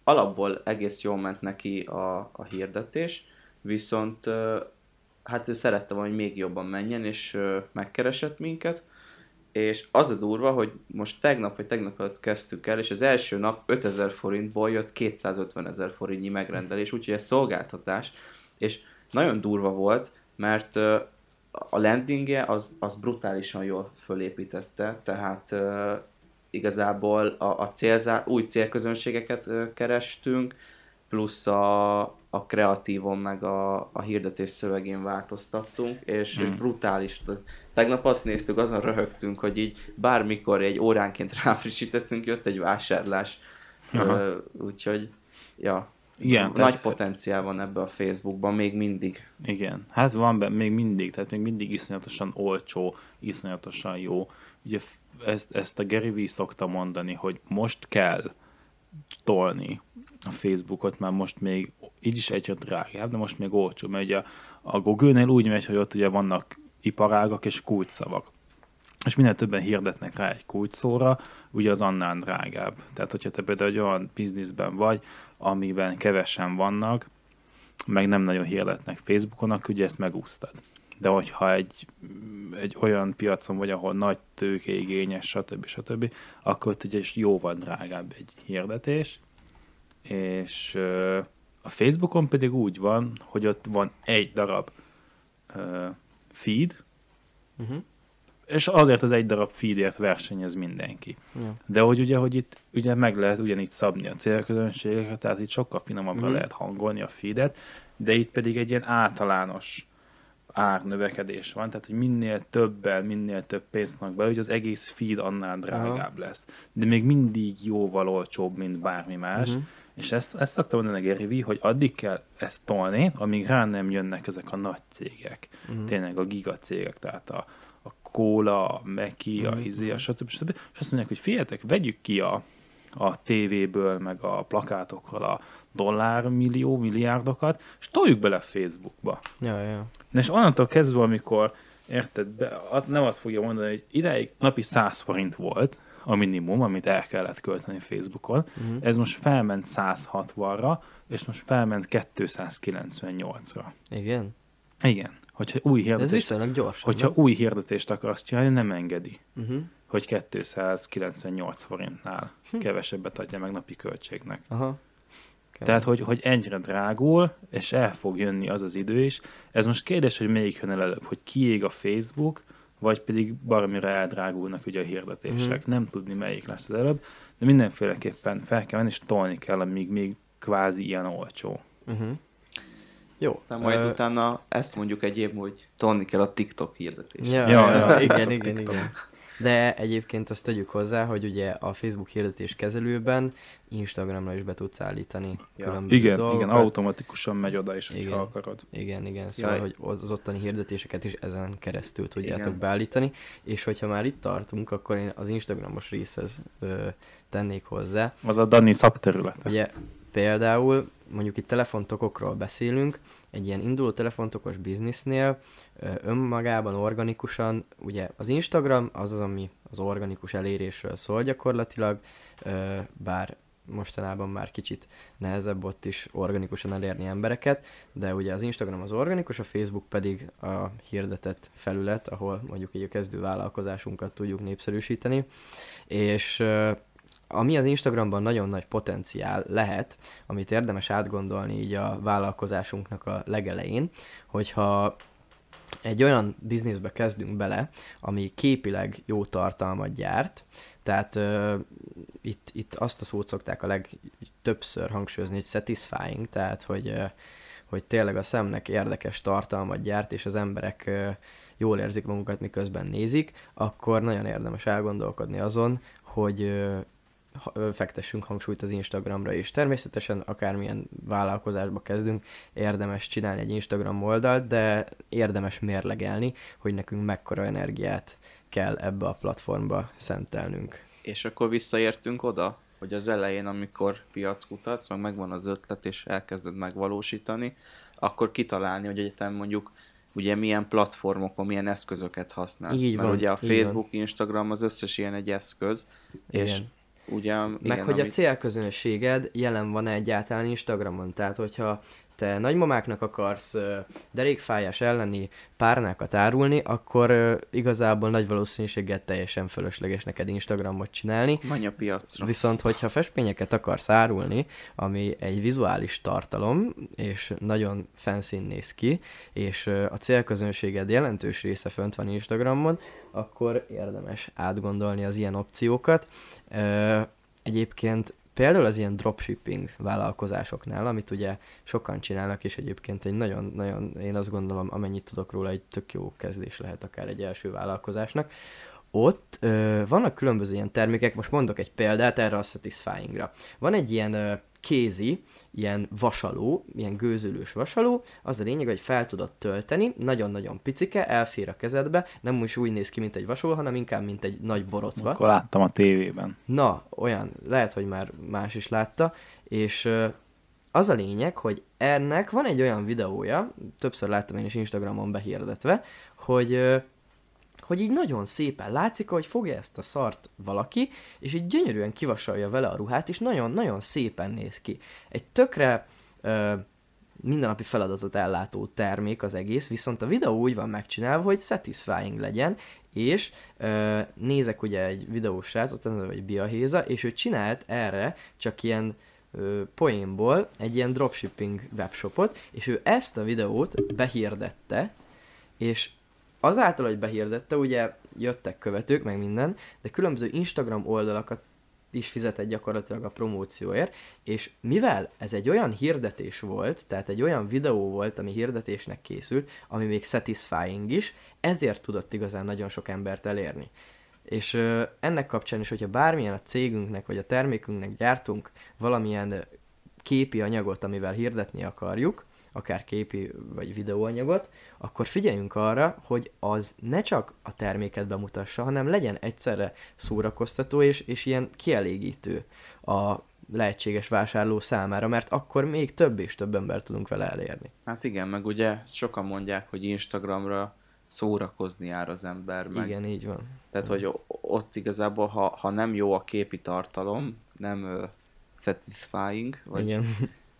alapból egész jól ment neki a, a hirdetés, viszont hát ő szerette volna, hogy még jobban menjen, és megkeresett minket, és az a durva, hogy most tegnap vagy tegnap előtt kezdtük el, és az első nap ötezer forintból jött kétszázötvenezer forintnyi megrendelés, úgyhogy ez szolgáltatás, és nagyon durva volt, mert a landingje az, az brutálisan jól fölépítette, tehát igazából a, a célzá, új célközönségeket kerestünk, plusz a, a kreatívon meg a, a hirdetés szövegén változtattunk, és, mm. és brutális. Tegnap azt néztük, azon röhögtünk, hogy így bármikor egy óránként ráfrissítettünk, jött egy vásárlás. Uh, úgyhogy, ja, igen, nagy tehát, potenciál van ebbe a Facebookban, még mindig. Igen, hát van be, még mindig, tehát még mindig iszonyatosan olcsó, iszonyatosan jó. Ugye ezt, ezt a Gary Vee szokta mondani, hogy most kell tolni a Facebookot, már most még így is egyre drágább, de most még olcsó, mert ugye a, a Google-nél úgy megy, hogy ott ugye vannak iparágak és kulcsszavak. És minél többen hirdetnek rá egy kulcsszóra, ugye az annál drágább. Tehát, hogyha te például egy olyan bizniszben vagy, amiben kevesen vannak, meg nem nagyon hirdetnek Facebookon, akkor ugye ezt megúsztad. De hogyha egy, egy olyan piacon vagy, ahol nagy tőkeigényes, stb. stb., akkor ott ugye jóval drágább egy hirdetés, és uh, a Facebookon pedig úgy van, hogy ott van egy darab uh, feed, uh-huh. és azért az egy darab feedért versenyez mindenki. Ja. De hogy ugye, hogy itt ugye meg lehet ugyanígy szabni a célközönségeket, tehát itt sokkal finomabbra uh-huh. lehet hangolni a feedet, de itt pedig egy ilyen általános árnövekedés van, tehát hogy minél többel, minél több pénzt meg belőle, hogy az egész feed annál drágább uh-huh. lesz. De még mindig jóval olcsóbb, mint bármi más. Uh-huh. És ezt, ezt szoktam mondani a Gary Vee, hogy addig kell ezt tolni, amíg rá nem jönnek ezek a nagy cégek. Uh-huh. Tényleg a gigacégek, tehát a, a Cola, a Meki, uh-huh. a Izé, a stb. stb. És azt mondják, hogy figyeljetek, vegyük ki a, a tévéből, meg a plakátokról a dollármillió, milliárdokat, és toljuk bele Facebookba. Ja, ja. És onnantól kezdve, amikor érted, be, az, nem azt fogja mondani, hogy ideig napi száz forint volt a minimum, amit el kellett költeni Facebookon, uh-huh. ez most felment száz hatvanra, és most felment kétszázkilencvennyolcra. Igen? Igen. Hogyha új hirdetést, ez viszonylag gyorsan. Hogyha nem? új hirdetést akarsz csinálni, nem engedi. Uh-huh. Hogy kétszázkilencvennyolc forintnál hm. kevesebbet adja meg napi költségnek. Aha. Tehát, hogy, hogy ennyire drágul, és el fog jönni az az idő is. Ez most kérdés, hogy melyik jön el előbb, hogy kiég a Facebook, vagy pedig baromira eldrágulnak ugye a hirdetések. Mm. Nem tudni, melyik lesz az előbb, de mindenféleképpen fel kell menni, és tolni kell, amíg még kvázi ilyen olcsó. Uh-huh. Jó. Aztán majd uh... utána ezt mondjuk egy év, hogy tolni kell a TikTok hirdetést. Ja, ja, ja, igen, igen, igen. De egyébként azt tegyük hozzá, hogy ugye a Facebook hirdetés kezelőben Instagramra is be tudsz állítani ja. különböző igen, dolgokat. Igen, automatikusan megy oda is, hogyha igen, akarod. Igen, igen, szóval, Jaj. hogy az ottani hirdetéseket is ezen keresztül tudjátok igen. beállítani, és hogyha már itt tartunk, akkor én az Instagramos részhez ö, tennék hozzá. Az a Dani szakterülete. Ugye például mondjuk itt telefontokokról beszélünk, egy ilyen induló telefontokos biznisznél önmagában organikusan, ugye az Instagram az az, ami az organikus elérésről szól gyakorlatilag, bár mostanában már kicsit nehezebb ott is organikusan elérni embereket, de ugye az Instagram az organikus, a Facebook pedig a hirdetett felület, ahol mondjuk így a kezdő vállalkozásunkat tudjuk népszerűsíteni, és ami az Instagramban nagyon nagy potenciál lehet, amit érdemes átgondolni így a vállalkozásunknak a legelején, hogyha egy olyan bizniszbe kezdünk bele, ami képileg jó tartalmat gyárt, tehát uh, itt, itt azt a szót szokták a legtöbbször hangsúlyozni, hogy satisfying, tehát hogy, uh, hogy tényleg a szemnek érdekes tartalmat gyárt, és az emberek uh, jól érzik magukat, miközben nézik, akkor nagyon érdemes elgondolkodni azon, hogy uh, fektessünk hangsúlyt az Instagramra is. Természetesen akármilyen vállalkozásba kezdünk, érdemes csinálni egy Instagram oldalt, de érdemes mérlegelni, hogy nekünk mekkora energiát kell ebbe a platformba szentelnünk. És akkor visszaértünk oda, hogy az elején, amikor piackutatsz, meg megvan az ötlet, és elkezded megvalósítani, akkor kitalálni, hogy egyetem mondjuk ugye milyen platformokon, milyen eszközöket használsz. Így Mert van, ugye a Facebook, van. Instagram, az összes ilyen egy eszköz, igen. és ugye, Meg igen, hogy amit... a célközönséged jelen van egyáltalán Instagramon, tehát hogyha te nagymamáknak akarsz uh, derékfájás elleni párnákat árulni, akkor uh, igazából nagy valószínűséggel teljesen fölösleges neked Instagramot csinálni. Menj a piacra. Viszont, hogyha festményeket akarsz árulni, ami egy vizuális tartalom, és nagyon fancy néz ki, és uh, a célközönséged jelentős része fönt van Instagramon, akkor érdemes átgondolni az ilyen opciókat. Uh, egyébként például az ilyen dropshipping vállalkozásoknál, amit ugye sokan csinálnak, és egyébként egy nagyon, nagyon, én azt gondolom, amennyit tudok róla, egy tök jó kezdés lehet akár egy első vállalkozásnak. Ott ö, vannak különböző ilyen termékek, most mondok egy példát erre a Satisfyingra. Van egy ilyen ö, kézi, ilyen vasaló, ilyen gőzölős vasaló, az a lényeg, hogy fel tudod tölteni, nagyon-nagyon picike, elfér a kezedbe, nem is úgy néz ki, mint egy vasaló, hanem inkább, mint egy nagy borocva. Akkor láttam a tévében. Na, olyan, lehet, hogy már más is látta, és ö, az a lényeg, hogy ennek van egy olyan videója, többször láttam én is Instagramon behirdetve, hogy ö, hogy így nagyon szépen látszik, hogy fogja ezt a szart valaki, és így gyönyörűen kivasalja vele a ruhát, és nagyon-nagyon szépen néz ki. Egy tökre ö, mindennapi feladatot ellátó termék az egész, viszont a videó úgy van megcsinálva, hogy satisfying legyen, és ö, nézek ugye egy videós srácot, vagy Biahéza, és ő csinált erre csak ilyen ö, poénból egy ilyen dropshipping webshopot, és ő ezt a videót behirdette, és azáltal, hogy behirdette, ugye jöttek követők, meg minden, de különböző Instagram oldalakat is fizetett gyakorlatilag a promócióért, és mivel ez egy olyan hirdetés volt, tehát egy olyan videó volt, ami hirdetésnek készült, ami még satisfying is, ezért tudott igazán nagyon sok embert elérni. És ö, ennek kapcsán is, hogyha bármilyen a cégünknek, vagy a termékünknek gyártunk valamilyen képi anyagot, amivel hirdetni akarjuk, akár képi vagy videóanyagot, akkor figyeljünk arra, hogy az ne csak a terméket bemutassa, hanem legyen egyszerre szórakoztató és, és ilyen kielégítő a lehetséges vásárló számára, mert akkor még több és több embert tudunk vele elérni. Hát igen, meg ugye sokan mondják, hogy Instagramra szórakozni jár az ember. Meg... Igen, így van. Tehát, hogy ott igazából, ha, ha nem jó a képi tartalom, nem uh, satisfying, vagy... Igen.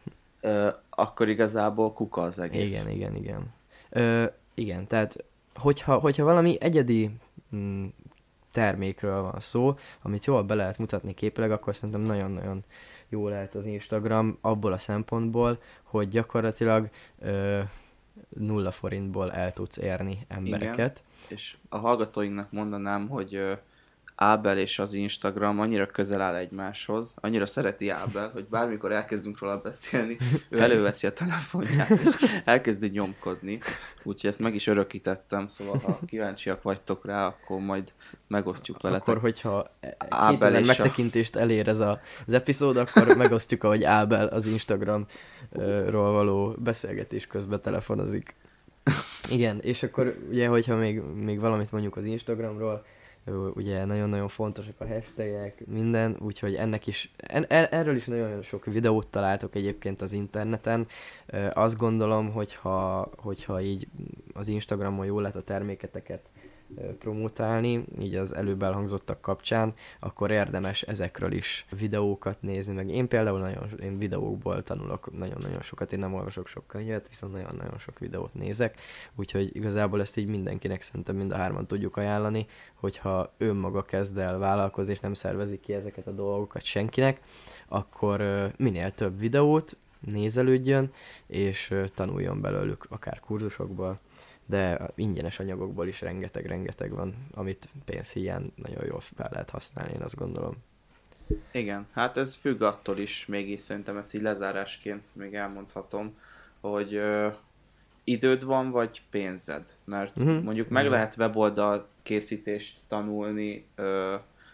Ö, akkor igazából kuka az egész. Igen, igen, igen. Ö, igen, tehát hogyha, hogyha valami egyedi mm, termékről van szó, amit jól be lehet mutatni képileg, akkor szerintem nagyon-nagyon jó lehet az Instagram abból a szempontból, hogy gyakorlatilag ö, nulla forintból el tudsz érni embereket. Igen. És a hallgatóinknak mondanám, hogy ö, Ábel és az Instagram annyira közel áll egymáshoz, annyira szereti Ábel, hogy bármikor elkezdünk róla beszélni, ő előveszi a telefonját, és elkezdi nyomkodni. Úgyhogy ezt meg is örökítettem, szóval ha kíváncsiak vagytok rá, akkor majd megosztjuk veletek. Akkor, hogyha Ábel kétezer és megtekintést elér ez a, az epizód, akkor megosztjuk, ahogy Ábel az Instagramról való beszélgetés közben telefonozik. Igen, és akkor ugye, hogyha még, még valamit mondjuk az Instagramról, ugye nagyon-nagyon fontosak a hashtagek, minden, úgyhogy ennek is, en, erről is nagyon sok videót találtok egyébként az interneten. Azt gondolom, hogyha, hogyha így az Instagramon jól lehet a terméketeket promotálni, így az előbb elhangzottak kapcsán, akkor érdemes ezekről is videókat nézni, meg én például nagyon, én videókból tanulok nagyon-nagyon sokat, én nem olvasok sok könyvet, viszont nagyon-nagyon sok videót nézek, úgyhogy igazából ezt így mindenkinek szerintem mind a hárman tudjuk ajánlani, hogyha önmaga kezd el vállalkozni, és nem szervezik ki ezeket a dolgokat senkinek, akkor minél több videót nézelődjön, és tanuljon belőlük, akár kurzusokból, de ingyenes anyagokból is rengeteg-rengeteg van, amit pénzhiány nagyon jól fel lehet használni, én azt gondolom. Igen, hát ez függ attól is, mégis szerintem ezt így lezárásként még elmondhatom, hogy ö, időd van, vagy pénzed. Mert uh-huh. mondjuk meg lehet weboldal készítést tanulni ö,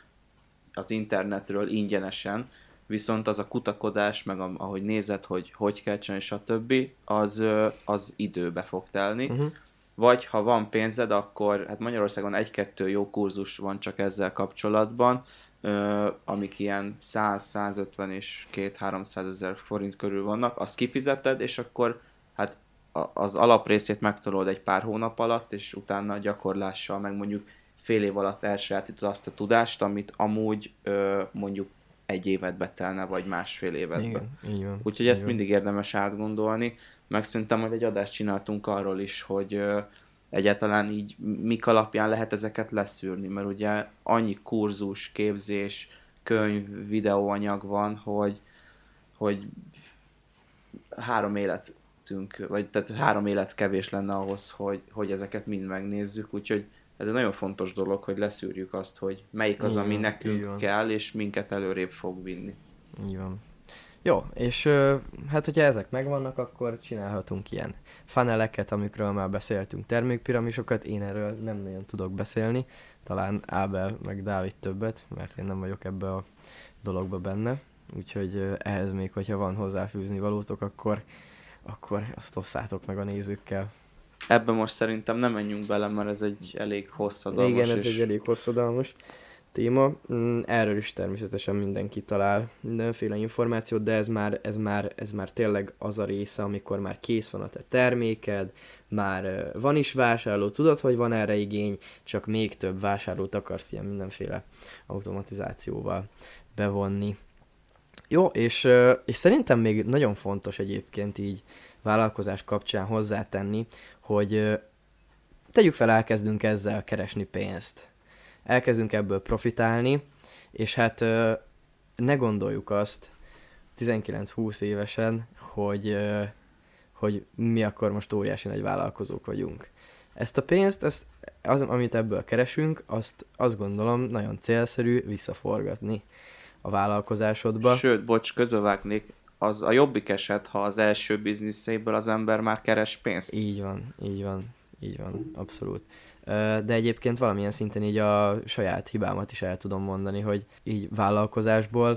az internetről ingyenesen, viszont az a kutakodás, meg a, ahogy nézed, hogy hogy kell csinálni, stb., az, ö, az időbe fog telni. Uh-huh. Vagy ha van pénzed, akkor hát Magyarországon egy-kettő jó kurzus van csak ezzel kapcsolatban, ö, amik ilyen száz-százötven és kétszáz-háromszázezer forint körül vannak, azt kifizeted, és akkor hát az alaprészét megtanulod egy pár hónap alatt, és utána gyakorlással, meg mondjuk fél év alatt elsajátítod azt a tudást, amit amúgy ö, mondjuk egy évet betelne, vagy másfél évet. Igen, így van. Úgyhogy ezt mindig érdemes átgondolni, meg szerintem, hogy egy adást csináltunk arról is, hogy ö, egyáltalán így mik alapján lehet ezeket leszűrni, mert ugye annyi kurzus, képzés, könyv, videóanyag van, hogy, hogy három életünk, vagy tehát három élet kevés lenne ahhoz, hogy, hogy ezeket mind megnézzük, úgyhogy ez egy nagyon fontos dolog, hogy leszűrjük azt, hogy melyik az, ami nekünk kell, és minket előrébb fog vinni. Így van. Jó, és hát hogyha ezek megvannak, akkor csinálhatunk ilyen funneleket, amikről már beszéltünk, termékpiramisokat, én erről nem nagyon tudok beszélni, talán Ábel meg Dávid többet, mert én nem vagyok ebbe a dologba benne, úgyhogy ehhez még, hogyha van hozzáfűzni valótok, akkor, akkor azt osszátok meg a nézőkkel. Ebben most szerintem nem menjünk bele, mert ez egy elég hosszadalmas. Igen, ez és... egy elég hosszadalmas téma. Erről is természetesen mindenki talál mindenféle információt, de ez már, ez már, ez már tényleg az a része, amikor már kész van a te terméked, már van is vásárló, tudod, hogy van erre igény, csak még több vásárlót akarsz ilyen mindenféle automatizációval bevonni. Jó, és, és szerintem még nagyon fontos egyébként így vállalkozás kapcsán hozzátenni, hogy tegyük fel, elkezdünk ezzel keresni pénzt. Elkezdünk ebből profitálni, és hát ne gondoljuk azt tizenkilenc-húsz évesen, hogy, hogy mi akkor most óriási nagy vállalkozók vagyunk. Ezt a pénzt, ezt, az, amit ebből keresünk, azt, azt gondolom nagyon célszerű visszaforgatni a vállalkozásodba. Sőt, bocs, közbevágnék, az a jobbik eset, ha az első bizniszéből az ember már keres pénzt. Így van, így van, így van, abszolút. De egyébként valamilyen szinten így a saját hibámat is el tudom mondani, hogy így vállalkozásból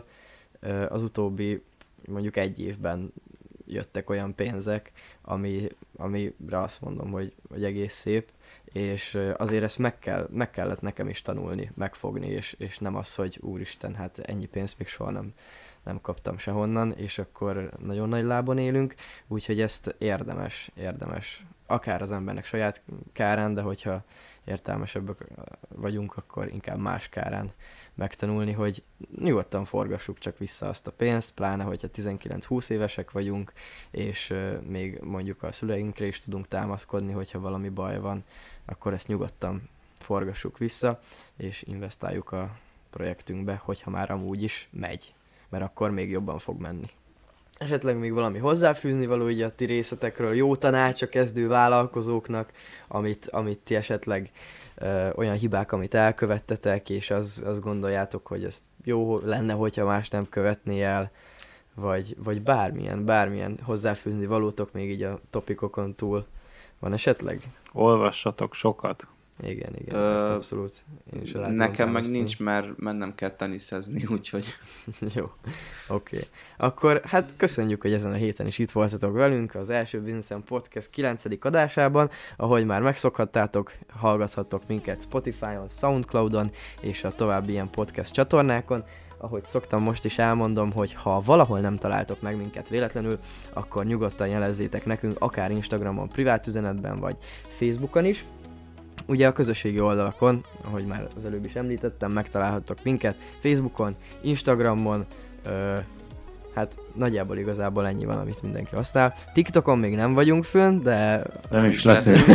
az utóbbi mondjuk egy évben jöttek olyan pénzek, ami, amire azt mondom, hogy, hogy egész szép, és azért ezt meg, kell, meg kellett nekem is tanulni, megfogni, és, és nem az, hogy úristen, hát ennyi pénzt még soha nem, nem kaptam sehonnan, és akkor nagyon nagy lábon élünk, úgyhogy ezt érdemes, érdemes akár az embernek saját kárán, de hogyha értelmesebbek vagyunk, akkor inkább más kárán megtanulni, hogy nyugodtan forgassuk csak vissza azt a pénzt, pláne, hogyha tizenkilenc-húsz évesek vagyunk, és még mondjuk a szüleinkre is tudunk támaszkodni, hogyha valami baj van, akkor ezt nyugodtan forgassuk vissza, és investáljuk a projektünkbe, hogyha már amúgy is megy, mert akkor még jobban fog menni. Esetleg még valami hozzáfűzni való így a ti részletekről, jó tanács a kezdő vállalkozóknak, amit, amit ti esetleg ö, olyan hibák, amit elkövettetek, és az, azt gondoljátok, hogy ez jó lenne, hogyha más nem követné el, vagy, vagy bármilyen, bármilyen hozzáfűzni valótok még így a topikokon túl van esetleg? Olvassatok sokat. Igen, igen, Ö, ezt abszolút én is látom. Nekem meg nincs, mert mennem kell teniszezni, úgyhogy... Jó, oké. Okay. Akkor hát köszönjük, hogy ezen a héten is itt voltatok velünk az első Business Podcast kilencedik adásában, ahogy már megszokhattátok, hallgathattok minket Spotify-on, Soundcloud-on és a további ilyen podcast csatornákon. Ahogy szoktam, most is elmondom, hogy ha valahol nem találtok meg minket véletlenül, akkor nyugodtan jelezzétek nekünk, akár Instagramon, privát üzenetben, vagy Facebookon is. Ugye a közösségi oldalakon, ahogy már az előbb is említettem, megtalálhattok minket Facebookon, Instagramon, ö, hát nagyjából igazából ennyi van, amit mindenki használ. TikTokon még nem vagyunk fönn, de... Nem is leszünk.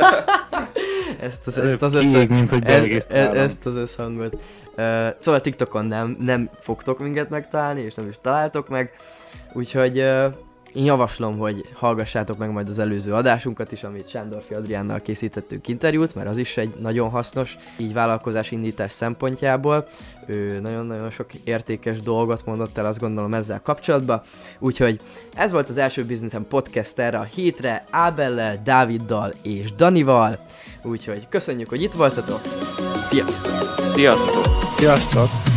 ezt, az, ezt, az összhang... mint, hogy e, e, ezt az összhangot. Uh, szóval TikTokon nem, nem fogtok minket megtalálni, és nem is találtok meg, úgyhogy uh, én javaslom, hogy hallgassátok meg majd az előző adásunkat is, amit Sándorfi Adriánnal készítettünk interjút, mert az is egy nagyon hasznos, így vállalkozás indítás szempontjából. Ő nagyon-nagyon sok értékes dolgot mondott el, azt gondolom ezzel kapcsolatban. Úgyhogy ez volt az első Business Podcast erre a hétre, Ábellel, Dáviddal és Danival. Úgyhogy köszönjük, hogy itt voltatok. Sziasztok! Sziasztok! Sziasztok!